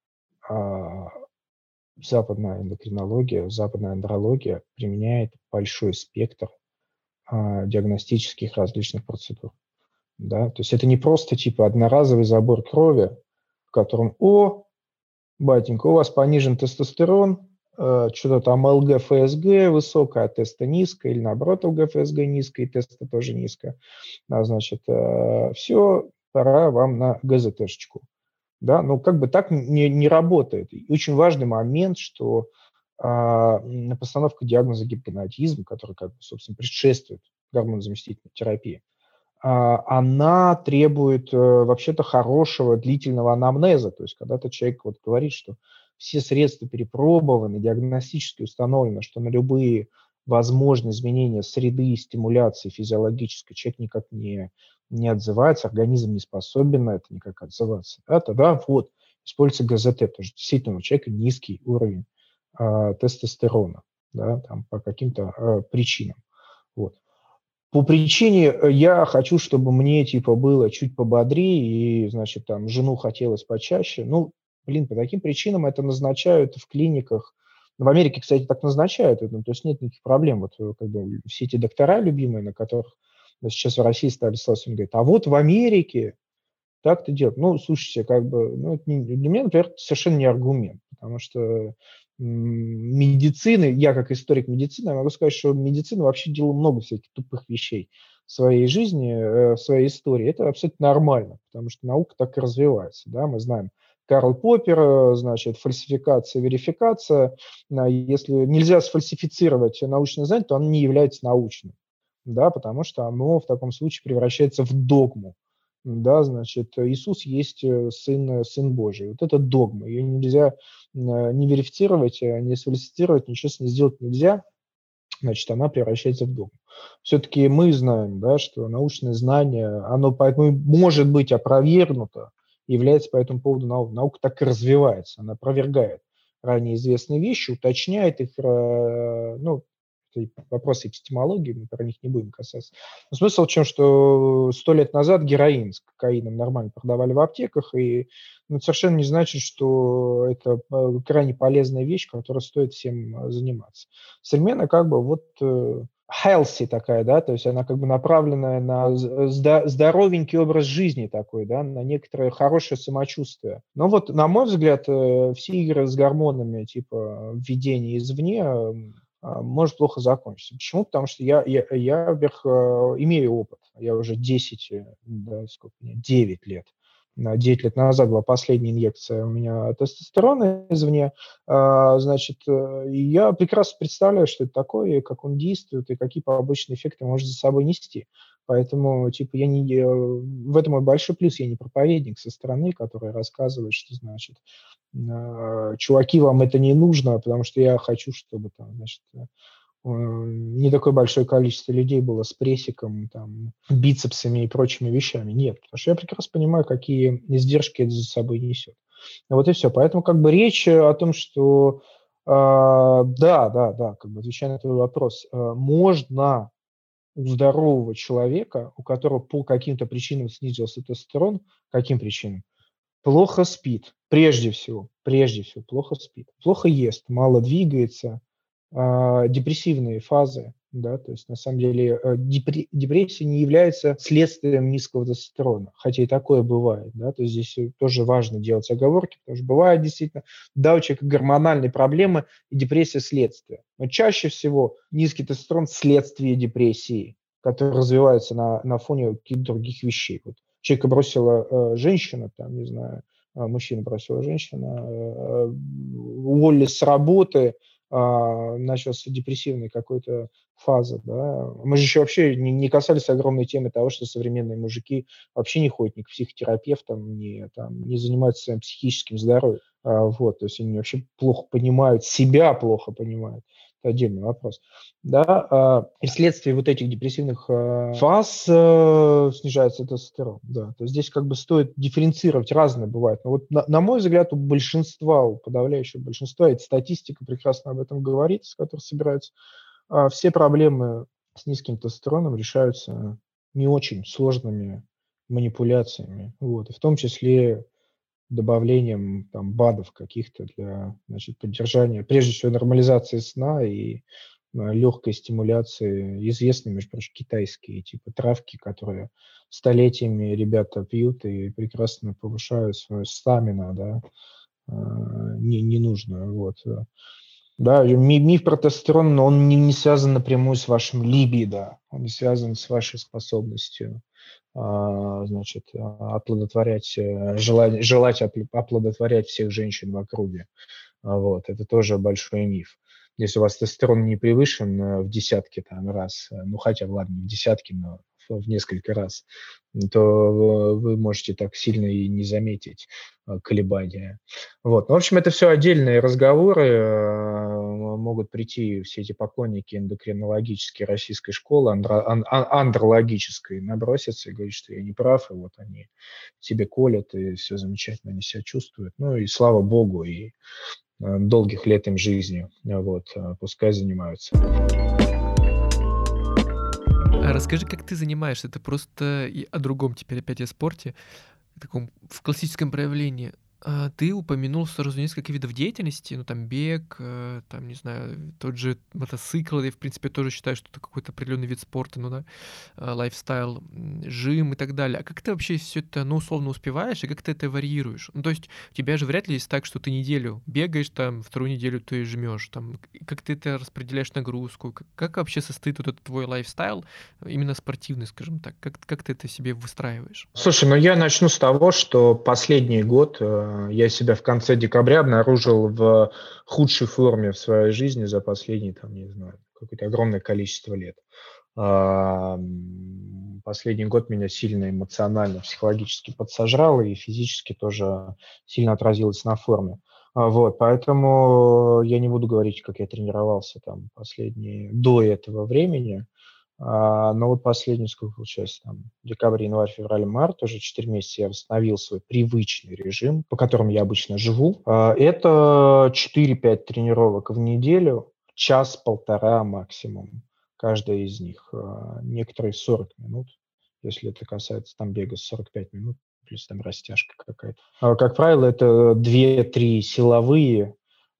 а, западная эндокринология, западная андрология применяет большой спектр диагностических различных процедур. Да? То есть это не просто типа одноразовый забор крови, в котором, батенька, у вас понижен тестостерон, что-то там ЛГ, ФСГ высокое, а теста низкое, или наоборот ЛГ, ФСГ низкое, и теста тоже низкое. Значит, все, пора вам на ГЗТшечку. Да? Ну, как бы так не работает. И очень важный момент, что постановка диагноза гипогонадизм, который, как бы, собственно, предшествует гормонозаместительной терапии, она требует вообще-то хорошего длительного анамнеза. То есть когда-то человек вот говорит, что все средства перепробованы, диагностически установлено, что на любые возможные изменения среды, стимуляции физиологической человек никак не отзывается, организм не способен на это никак отзываться. Да, тогда вот используется ГЗТ, потому что действительно у человека низкий уровень тестостерона, да, там, по каким-то причинам. Вот. По причине я хочу, чтобы мне типа было чуть пободрее и, значит, там жену хотелось почаще. Ну, блин, по таким причинам это назначают в клиниках. В Америке, кстати, так назначают, то есть нет никаких проблем. Вот как бы все эти доктора любимые, на которых сейчас в России стали ссылаться, он говорит, а вот в Америке так-то делать. Ну, слушайте, как бы, ну, для меня, например, это совершенно не аргумент, потому что медицины, я как историк медицины, я могу сказать, что медицина вообще делала много всяких тупых вещей в своей жизни, в своей истории. Это абсолютно нормально, потому что наука так и развивается. Да? Мы знаем Карл Поппер, значит, фальсификация, верификация. Если нельзя сфальсифицировать научное знание, то оно не является научным, да, потому что оно в таком случае превращается в догму. Да, значит, Иисус есть сын Божий. Вот это догма. Ее нельзя не верифицировать, не сфальсифицировать, ничего с ней сделать нельзя. Значит, она превращается в догму. Все-таки мы знаем, да, что научное знание, оно поэтому может быть опровергнуто, является по этому поводу наукой. Наука так и развивается, она опровергает ранее известные вещи, уточняет их, ну, вопросы эпистемологии, мы про них не будем касаться. Но смысл в чем, что 100 лет назад героин с кокаином нормально продавали в аптеках, и совершенно не значит, что это крайне полезная вещь, которой стоит всем заниматься. Современная как бы вот healthy такая, да, то есть она как бы направленная на здоровенький образ жизни такой, да, на некоторое хорошее самочувствие. Но вот, на мой взгляд, все игры с гормонами, типа введения извне, может плохо закончиться. Почему? Потому что я во-первых, имею опыт. Я уже 10, да, сколько мне, 9 лет. 9 лет назад была последняя инъекция у меня тестостерона извне. Значит, и я прекрасно представляю, что это такое, как он действует и какие побочные эффекты может за собой нести. Поэтому, типа, в этом мой большой плюс. Я не проповедник со стороны, который рассказывает, что, значит, чуваки, вам это не нужно, потому что я хочу, чтобы там, значит, не такое большое количество людей было с прессиком, там, бицепсами и прочими вещами. Нет, потому что я прекрасно понимаю, какие издержки это за собой несет. Вот и все. Поэтому как бы речь о том, что да, как бы отвечая на твой вопрос, можно у здорового человека, у которого по каким-то причинам снизился тестостерон, каким причинам? Плохо спит, прежде всего плохо спит, плохо ест, мало двигается, депрессивные фазы, да, то есть на самом деле депрессия не является следствием низкого тестостерона, хотя и такое бывает, да, то есть здесь тоже важно делать оговорки, потому что бывает действительно, да, у человека гормональные проблемы и депрессия следствие, но чаще всего низкий тестостерон следствие депрессии, которая развивается на фоне каких-то других вещей. Вот человека бросила женщина, там, не знаю, мужчина бросила женщина, уволились с работы, начался депрессивный какой-то фаза, да. Мы же еще вообще не касались огромной темы того, что современные мужики вообще не ходят ни к психотерапевтам, не занимаются своим психическим здоровьем. Вот, то есть они вообще плохо понимают, себя плохо понимают. Это отдельный вопрос. Да, и вследствие вот этих депрессивных фаз снижается тестостерон. Да. То есть здесь как бы стоит дифференцировать, разное бывает. Но вот на мой взгляд, у большинства, у подавляющего большинства, эта статистика прекрасно об этом говорит, с которой собираются, все проблемы с низким тестостероном решаются не очень сложными манипуляциями, вот, и в том числе добавлением там БАДов каких-то для, значит, поддержания, прежде всего, нормализации сна и легкой стимуляции, известные, между прочим, китайские типа травки, которые столетиями ребята пьют и прекрасно повышают свою стамину, да, не нужно, вот. Да, миф про тестостерон, но он не связан напрямую с вашим либидо, он не связан с вашей способностью, значит, оплодотворять, желать оплодотворять всех женщин в округе. Вот, это тоже большой миф. Если у вас тестостерон не превышен в десятки там раз, ну хотя, ладно, не в десятки, но в несколько раз, то вы можете так сильно и не заметить колебания. Вот. Ну, в общем, это все отдельные разговоры. Могут прийти все эти поклонники эндокринологической российской школы, андрологической, наброситься и говорить, что я не прав, и вот они себе колят, и все замечательно, они себя чувствуют. Ну и слава богу, и долгих лет им жизни. Вот, пускай занимаются. А расскажи, как ты занимаешься? Это просто о другом теперь опять о спорте, таком в классическом проявлении. Ты упомянул сразу несколько видов деятельности, ну там бег, там, не знаю, тот же мотоцикл, я в принципе тоже считаю, что это какой-то определенный вид спорта, ну да, лайфстайл, жим и так далее. А как ты вообще все это, ну, условно успеваешь, и как ты это варьируешь? Ну, то есть у тебя же вряд ли есть так, что ты неделю бегаешь, там, вторую неделю ты жмешь, там, как ты это распределяешь нагрузку, как вообще состоит вот этот твой лайфстайл, именно спортивный, скажем так, как ты это себе выстраиваешь? Слушай, ну я начну с того, что последний год я себя в конце декабря обнаружил в худшей форме в своей жизни за последние, там, не знаю, какое-то огромное количество лет. Последний год меня сильно эмоционально, психологически подсожрало и физически тоже сильно отразилось на форме. Вот, поэтому я не буду говорить, как я тренировался там до этого времени. Но вот последние, сколько получается, там, декабрь, январь, февраль, март, уже 4 месяца я восстановил свой привычный режим, по которому я обычно живу. Это 4-5 тренировок в неделю, час-полтора максимум, каждая из них. Некоторые 40 минут, если это касается там бега, 45 минут, плюс там растяжка какая-то. Как правило, это 2-3 силовые,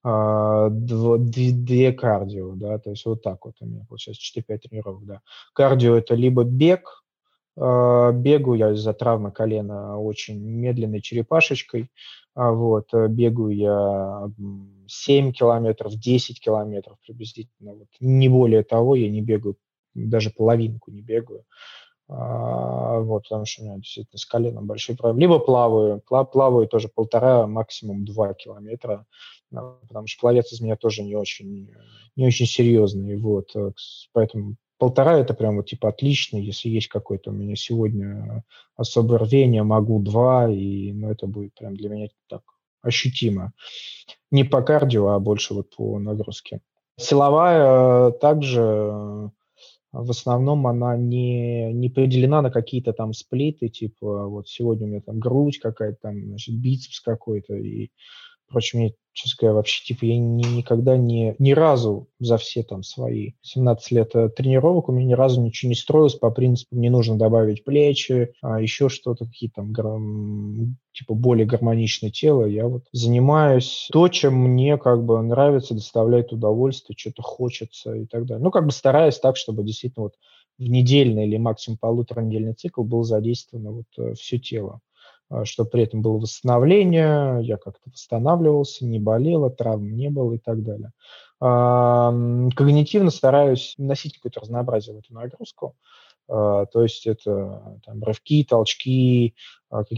две кардио, да, то есть вот так вот у меня получается 4-5 тренировок, да. Кардио – это либо бег, бегаю я из-за травмы колена очень медленной черепашечкой, вот, бегаю я 7 километров, 10 километров приблизительно, вот, не более того, я не бегаю, даже половинку не бегаю, вот, потому что у меня действительно с коленом большие проблемы. Либо плаваю тоже 1,5, максимум 2 километра, потому что пловец из меня тоже не очень серьезный, вот, поэтому 1,5 – это прям вот типа отлично, если есть какое-то у меня сегодня особое рвение, могу 2, но это будет прям для меня так ощутимо. Не по кардио, а больше вот по нагрузке. Силовая также в основном она не поделена на какие-то там сплиты, типа вот сегодня у меня там грудь какая-то там, значит, бицепс какой-то и прочее. Мне, честно говоря, вообще, типа, я никогда ни разу за все там свои 17 лет тренировок у меня ни разу ничего не строилось по принципу «мне нужно добавить плечи», еще что-то, какие-то там типа более гармоничное тело. Я вот занимаюсь то, чем мне как бы нравится, доставляет удовольствие, что-то хочется и так далее. Ну, как бы стараюсь так, чтобы действительно вот в недельный или максимум полуторанедельный цикл был задействовано вот все тело, чтобы при этом было восстановление, я как-то восстанавливался, не болело, травм не было и так далее. Когнитивно стараюсь носить какое-то разнообразие в эту нагрузку, то есть это там рывки, толчки, какие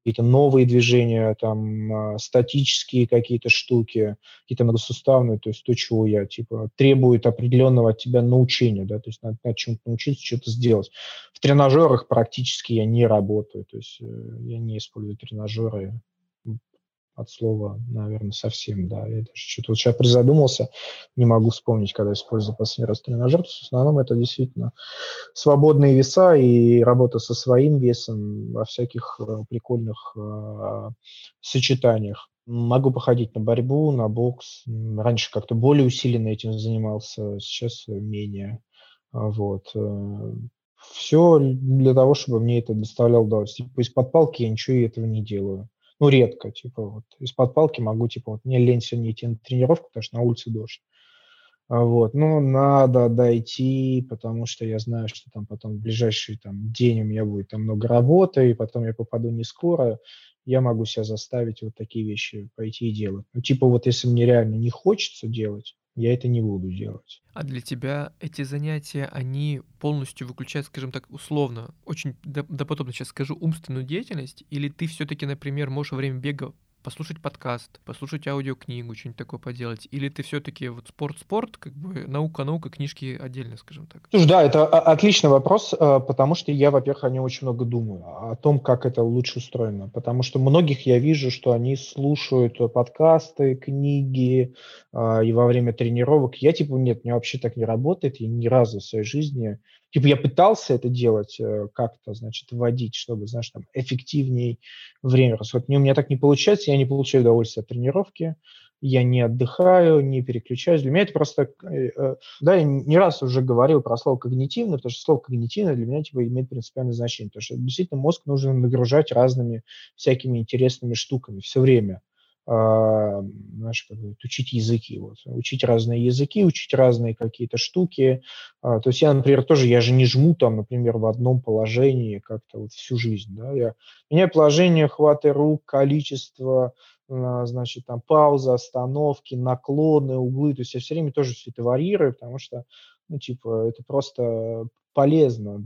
какие-то новые движения, там, статические какие-то штуки, какие-то многосуставные, то есть то, чего я, типа, требует определенного от тебя научения, да, то есть надо чему-то научиться, что-то сделать. В тренажерах практически я не работаю, то есть я не использую тренажеры от слова, наверное, совсем, да. Я даже что-то вот сейчас призадумался, не могу вспомнить, когда использовал последний раз тренажер. В основном это действительно свободные веса и работа со своим весом во всяких прикольных сочетаниях. Могу походить на борьбу, на бокс. Раньше как-то более усиленно этим занимался, сейчас менее. Вот. Все для того, чтобы мне это доставляло удовольствие. Типа из-под палки я ничего этого не делаю. Ну, редко, типа, вот. Из-под палки могу, типа, вот мне лень сегодня идти на тренировку, потому что на улице дождь. Вот, ну, надо дойти, потому что я знаю, что там потом в ближайший там день у меня будет там много работы, и потом я попаду не скоро. Я могу себя заставить вот такие вещи пойти и делать. Ну, типа, вот если мне реально не хочется делать, я это не буду делать. А для тебя эти занятия, они полностью выключают, скажем так, условно, очень допотопно сейчас скажу, умственную деятельность? Или ты все-таки, например, можешь во время бега послушать подкаст, послушать аудиокнигу, что-нибудь такое поделать? Или ты все-таки вот спорт, как бы наука, книжки отдельно, скажем так? Слушай, да, это отличный вопрос, потому что я, во-первых, о нем очень много думаю, о том, как это лучше устроено. Потому что многих я вижу, что они слушают подкасты, книги и во время тренировок. Я типа, нет, у меня вообще так не работает, я ни разу в своей жизни... Типа я пытался это делать как-то, значит, вводить, чтобы, знаешь, там, эффективней время расходовать. У меня так не получается, я не получаю удовольствие от тренировки, я не отдыхаю, не переключаюсь. Для меня это просто да, я не раз уже говорил про слово «когнитивно», потому что слово «когнитивно» для меня типа имеет принципиальное значение, потому что действительно мозг нужно нагружать разными всякими интересными штуками все время. Знаешь, как бы учить языки, вот, учить разные языки, учить разные какие-то штуки. То есть я, например, тоже, я же не жму там, например, в одном положении как-то вот всю жизнь, да, я меняю положение, хваты рук, количество, значит, там паузы, остановки, наклоны, углы, то есть я все время тоже все это варьирую, потому что, ну, типа, это просто полезно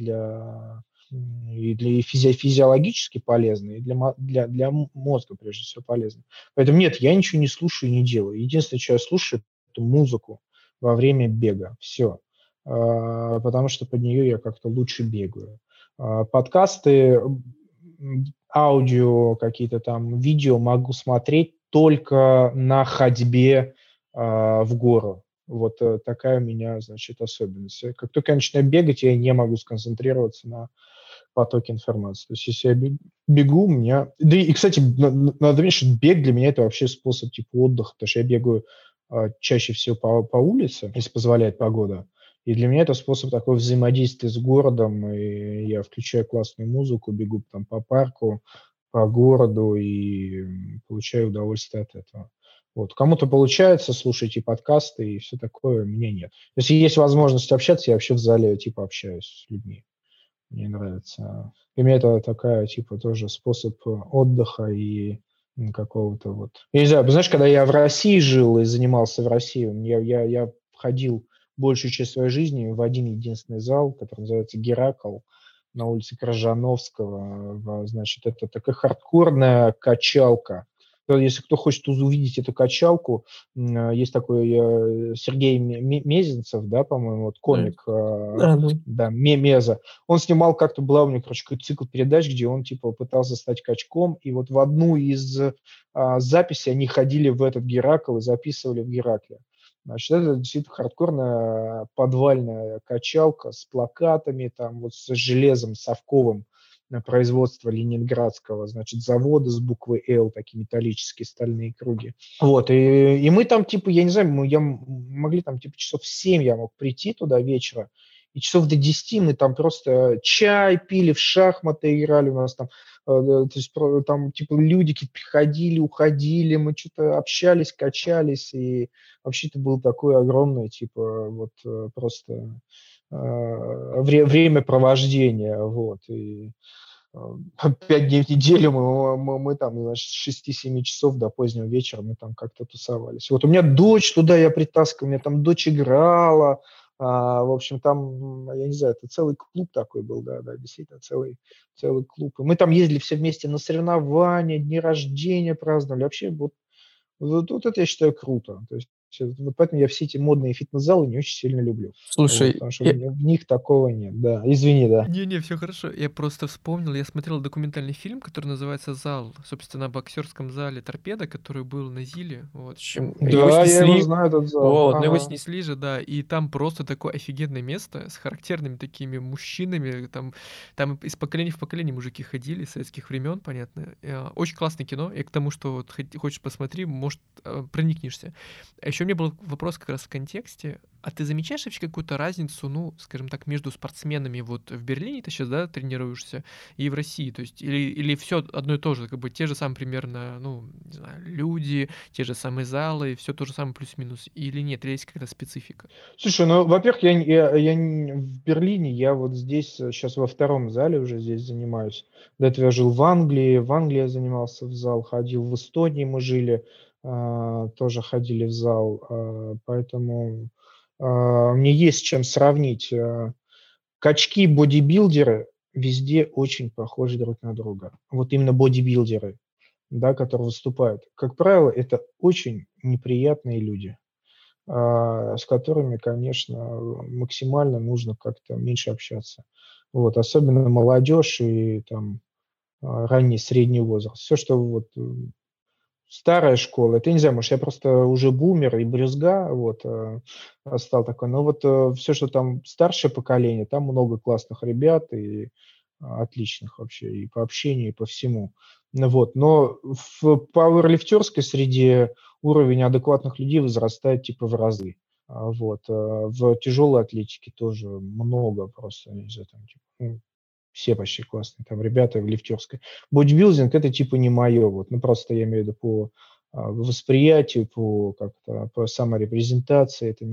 и физиологически полезно, и для мозга, прежде всего, полезно. Поэтому нет, я ничего не слушаю и не делаю. Единственное, что я слушаю, это музыку во время бега. Все. Потому что под нее я как-то лучше бегаю. Подкасты, аудио, какие-то там видео могу смотреть только на ходьбе в гору. Вот такая у меня, значит, особенность. Как только я начинаю бегать, я не могу сконцентрироваться на потоке информации. То есть если я бегу, у меня... Да и, кстати, надо заметить, что бег для меня это вообще способ типа отдыха, потому что я бегаю чаще всего по улице, если позволяет погода. И для меня это способ такого взаимодействия с городом, и я включаю классную музыку, бегу там по парку, по городу и получаю удовольствие от этого. Вот. Кому-то получается, слушайте подкасты и все такое, мне нет. Если есть возможность общаться, я вообще в зале типа общаюсь с людьми. Мне нравится. Для меня это такая, типа, тоже способ отдыха и какого-то вот... Я не знаю, знаешь, когда я в России жил и занимался в России, я ходил большую часть своей жизни в один единственный зал, который называется «Геракл», на улице Крыжановского. Значит, это такая хардкорная качалка. Если кто хочет увидеть эту качалку, есть такой Сергей Мезенцев, да, по-моему, вот Да. комик, да, Меза. Он снимал как-то, была у него, короче, какой-то цикл передач, где он, типа, пытался стать качком, и вот в одну из записей они ходили в этот Геракл и записывали в Геракле. Значит, это действительно хардкорная подвальная качалка с плакатами, там, вот с железом совковым на производство ленинградского, значит, завода с буквой «Л», такие металлические стальные круги. Вот, и мы там, типа, я не знаю, могли там, типа, часов в 7 я мог прийти туда вечера, и часов до 10 мы там просто чай пили, в шахматы играли, у нас там, то есть там, типа, люди какие-то приходили, уходили, мы что-то общались, качались, и вообще это было такое огромное, типа, вот просто времяпровождение, вот, и 5 дней в неделю мы там, значит, с 6-7 часов до позднего вечера мы там как-то тусовались. Вот у меня дочь туда я притаскивал, у меня там дочь играла, В общем, там, я не знаю, это целый клуб такой был, да, действительно, целый клуб. И мы там ездили все вместе на соревнования, дни рождения праздновали. Вообще, вот это я считаю круто. То есть вот поэтому я все эти модные фитнес-залы не очень сильно люблю. Вот, Слушай, потому что в них такого нет. Да, извини, да. не-не, все хорошо. Я просто вспомнил, я смотрел документальный фильм, который называется «Зал», собственно, о боксерском зале «Торпедо», который был на ЗИЛе. Вот, в общем, его Да, я его снесли. знаю, этот зал. Вот, но его Ага. снесли же, да, и там просто такое офигенное место с характерными такими мужчинами, там из поколения в поколение мужики ходили, советских времен, понятно. Очень классное кино, и к тому, что вот хочешь посмотри, может, проникнешься. А еще у меня был вопрос как раз в контексте. А ты замечаешь вообще какую-то разницу, ну, скажем так, между спортсменами вот в Берлине ты сейчас, да, тренируешься, и в России? То есть или все одно и то же, как бы те же самые примерно, ну, не знаю, люди, те же самые залы, все то же самое плюс-минус, или нет, или есть какая-то специфика? Слушай, ну, во-первых, я в Берлине, я вот здесь сейчас во втором зале уже здесь занимаюсь. До этого я жил в Англии я занимался в зал, ходил в Эстонии мы жили, тоже ходили в зал, поэтому мне есть с чем сравнить. Качки-бодибилдеры везде очень похожи друг на друга. Вот именно бодибилдеры, да, которые выступают. Как правило, это очень неприятные люди, с которыми, конечно, максимально нужно как-то меньше общаться. Вот, особенно молодежь и там ранний средний возраст. Все, что вот старая школа, это я не знаю, может, я просто уже бумер и брюзга, вот, стал такой, но вот все, что там старшее поколение, там много классных ребят и отличных вообще и по общению, и по всему. Ну вот, но в пауэрлифтерской среде уровень адекватных людей возрастает типа в разы. Вот, в тяжелой атлетике тоже много просто, я не знаю, там, типа, ну, все почти классные там ребята в лифтерской. Бодибилдинг- это типа не мое, вот, ну, просто я имею в виду по, восприятию, по как-то по саморепрезентации. Это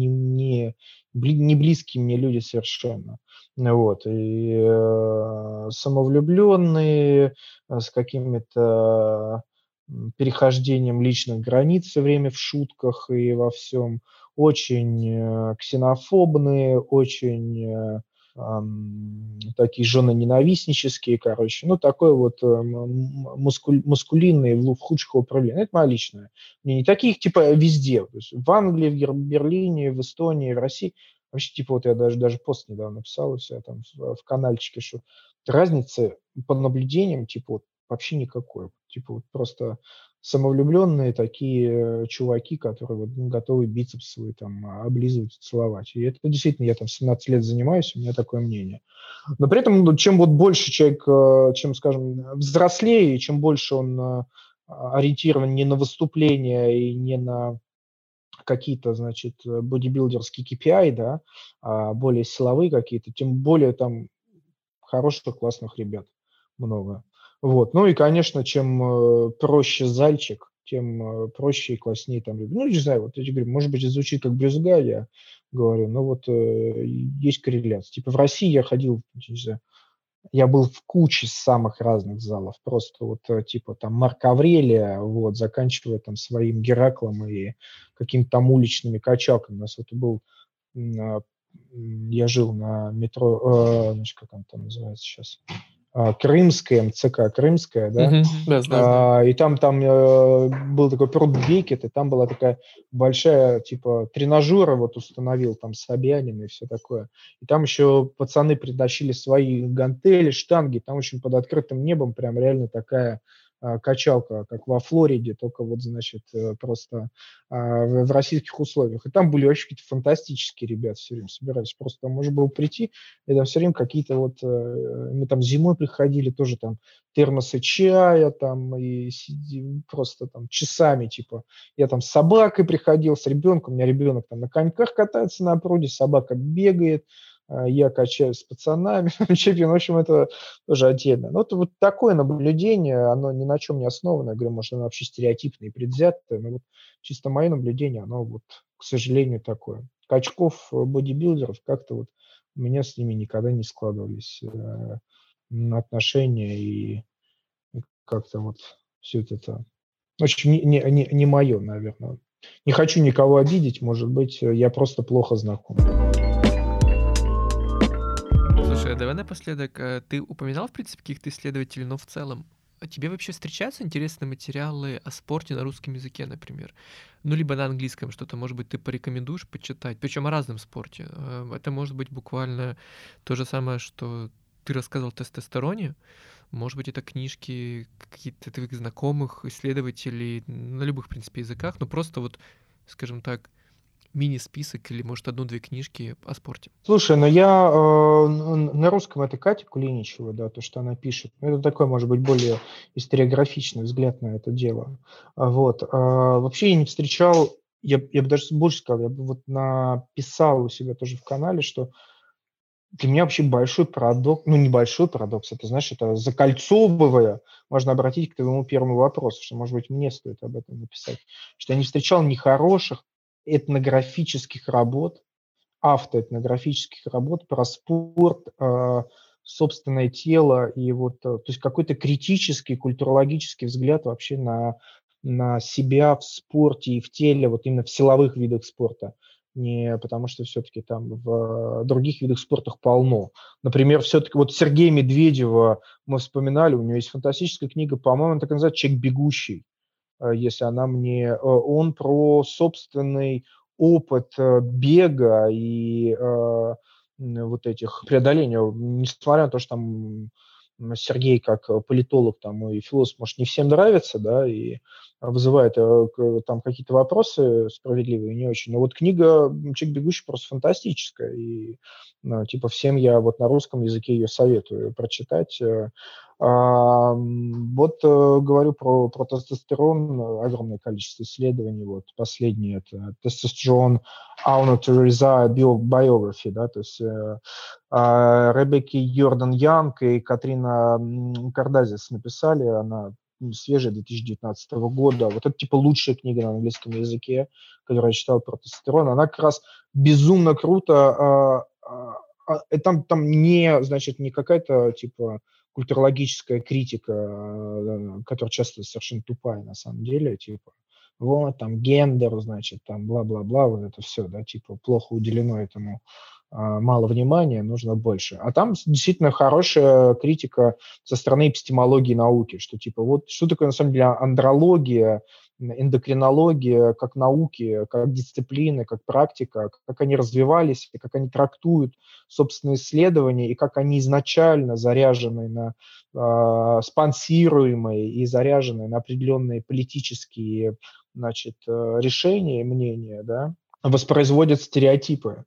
не близкие мне люди совершенно. Ну вот, и, самовлюбленные, с какими-то, перехождением личных границ все время в шутках и во всем, очень, ксенофобные, очень, такие женоненавистнические, короче. Ну, такой вот маскулинный в худших его проявлениях. Это мое личное мнение. Таких типа везде. То есть в Англии, в Берлине, в Эстонии, в России. Вообще, типа, вот я даже пост недавно писал у себя там в канальчике, что разницы по наблюдениям, типа, вот, вообще никакой. Типа, вот просто самовлюбленные такие чуваки, которые вот, ну, готовы бицепс свой там облизывать, целовать. И это действительно, я там 17 лет занимаюсь, у меня такое мнение. Но при этом, ну, чем вот больше человек, чем, скажем, взрослее, и чем больше он ориентирован не на выступления и не на какие-то, значит, бодибилдерские KPI, да, более силовые какие-то, тем более там хороших, классных ребят много. Вот. Ну и, конечно, чем проще зальчик, тем проще и класснее там ребят. Ну, не знаю, вот я тебе говорю, может быть, это звучит как брюзга, я говорю, но вот есть корреляция. Типа в России я ходил, не знаю, я был в куче самых разных залов, просто вот типа там Марка Аврелия, вот, заканчивая там своим Гераклом и какими-то там уличными качалками. У нас вот был, я жил на метро, значит, как он там называется сейчас, Крымская, МЦК Крымская, да, Да, знаю, знаю. и там был такой пруд Бекет, и там была такая большая, типа, тренажера вот установил, там, Собянин и все такое. И там еще пацаны притащили свои гантели, штанги, там очень под открытым небом прям реально такая качалка, как во Флориде, только вот, значит, просто в российских условиях. И там были вообще какие-то фантастические ребята все время собирались. Просто там можно было прийти, и там все время какие-то вот, мы там зимой приходили, тоже там термосы чая там и сидим просто там часами, типа. Я там с собакой приходил, с ребенком, у меня ребенок там на коньках катается на пруде, собака бегает, я качаюсь с пацанами, чемпион. В общем, это тоже отдельно. Но это вот такое наблюдение, оно ни на чем не основано. Я говорю, может, оно вообще стереотипное и предвзятое, но вот чисто мое наблюдение, оно вот, к сожалению, такое. Качков, бодибилдеров как-то вот у меня с ними никогда не складывались отношения, и как-то вот все это очень не мое, наверное. Не хочу никого обидеть, может быть, я просто плохо знаком. Слушай, а давай напоследок, ты упоминал, в принципе, каких-то исследователей, но в целом, тебе вообще встречаются интересные материалы о спорте на русском языке, например? Ну, либо на английском что-то, может быть, ты порекомендуешь почитать, причем о разном спорте. Это может быть буквально то же самое, что ты рассказывал о тестостероне. Может быть, это книжки какие-то твоих знакомых, исследователей на любых, в принципе, языках, но просто вот, скажем так, мини-список или, может, одну-две книжки о спорте. Слушай, но я на русском это Катя Кулиничева, да, то, что она пишет. Это такой, может быть, более историографичный взгляд на это дело. Вот. Вообще я не встречал, я бы даже больше сказал, я бы вот написал у себя тоже в канале, что для меня вообще большой парадокс, ну, небольшой парадокс, это, знаешь, это закольцовывая, можно обратить к твоему первому вопросу, что, может быть, мне стоит об этом написать, что я не встречал ни хороших этнографических работ, автоэтнографических работ про спорт, собственное тело и вот, то есть какой-то критический, культурологический взгляд вообще на себя в спорте и в теле, вот именно в силовых видах спорта. Не потому что все-таки там в других видах спорта полно. Например, все-таки вот Сергея Медведева мы вспоминали, у него есть фантастическая книга, по-моему, она так и называется «Человек бегущий», если она мне, он про собственный опыт бега и вот этих преодоления, несмотря на то, что там Сергей как политолог там и философ, может, не всем нравится, да, и вызывает там какие-то вопросы справедливые, не очень. Но вот книга «Человек бегущий» просто фантастическая, и ну, типа всем я вот на русском языке ее советую прочитать. Вот говорю про тестостерон, огромное количество исследований. Вот последнее это тестостерон Unauthorized Biography, да, то есть Ребекки Йордан Янг и Катрина Кардазис написали, она свежая 2019 года. Вот это типа лучшая книга на английском языке, которую я читал про тестостерон. Она как раз безумно круто. Там не, значит, не какая-то типа культурологическая критика, которая часто совершенно тупая на самом деле, типа, вот, там, гендер, значит, там, бла-бла-бла, вот это все, да, типа, плохо уделено этому, мало внимания, нужно больше. А там действительно хорошая критика со стороны эпистемологии науки, что, типа, вот, что такое, на самом деле, андрология, эндокринология как науки, как дисциплины, как практика, как они развивались, и как они трактуют собственные исследования, и как они изначально заряжены на спонсируемые и заряженные на определенные политические, значит, решения и мнения, да, воспроизводят стереотипы.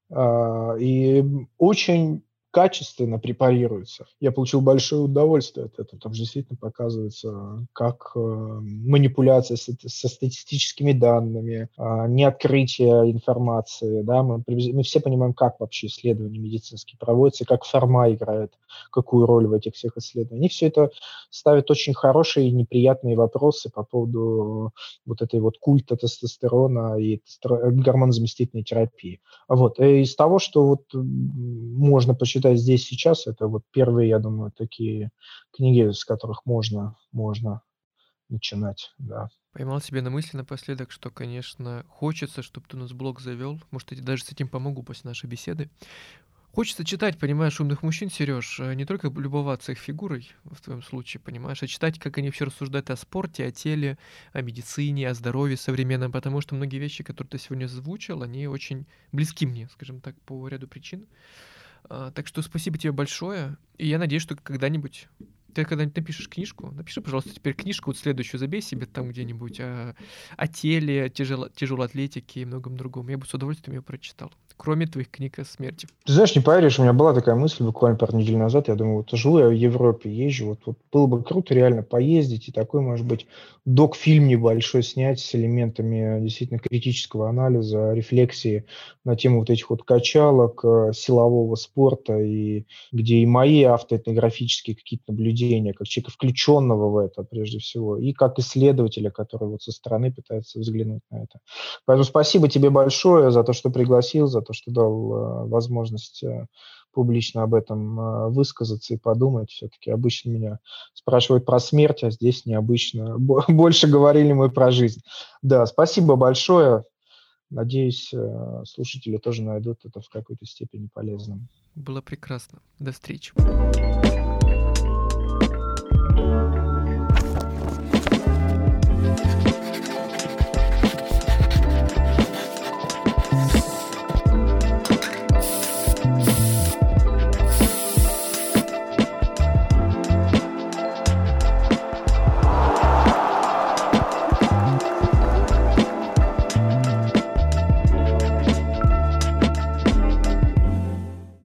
И очень качественно препарируется. Я получил большое удовольствие от этого. Там же действительно показывается, как манипуляция со статистическими данными, неоткрытие информации. Да? Мы все понимаем, как вообще исследования медицинские проводятся, как форма играет, какую роль в этих всех исследованиях. Они все это ставят очень хорошие и неприятные вопросы по поводу вот этой вот культа тестостерона и гормонозаместительной терапии. Вот. И из того, что вот можно почитать здесь сейчас, это вот первые, я думаю, такие книги, с которых можно начинать, да. Поймал себя на мысли напоследок, что, конечно, хочется, чтобы ты у нас блог завел. Может, я тебе даже с этим помогу после нашей беседы. Хочется читать, понимаешь, умных мужчин, Сереж, не только любоваться их фигурой, в твоем случае, понимаешь, а читать, как они вообще рассуждают о спорте, о теле, о медицине, о здоровье современном, потому что многие вещи, которые ты сегодня озвучил, они очень близки мне, скажем так, по ряду причин. Так что спасибо тебе большое, и я надеюсь, что когда-нибудь ты когда-нибудь напишешь книжку, напиши, пожалуйста, теперь книжку, вот следующую забей себе там где-нибудь о теле, тяжелой атлетике и многом другом. Я бы с удовольствием ее прочитал. Кроме твоих книг о смерти. Ты знаешь, не поверишь, у меня была такая мысль буквально пару недель назад. Я думаю, вот живу я в Европе, езжу, вот было бы круто реально поездить и такой, может быть, док-фильм небольшой снять с элементами действительно критического анализа, рефлексии на тему вот этих вот качалок, силового спорта, и где и мои автоэтнографические какие-то наблюдения, как человека, включенного в это прежде всего, и как исследователя, который вот со стороны пытается взглянуть на это. Поэтому спасибо тебе большое за то, что пригласил, за то, то, что дал возможность публично об этом высказаться и подумать. Все-таки обычно меня спрашивают про смерть, а здесь необычно. Больше говорили мы про жизнь. Да, спасибо большое. Надеюсь, слушатели тоже найдут это в какой-то степени полезным. Было прекрасно. До встречи.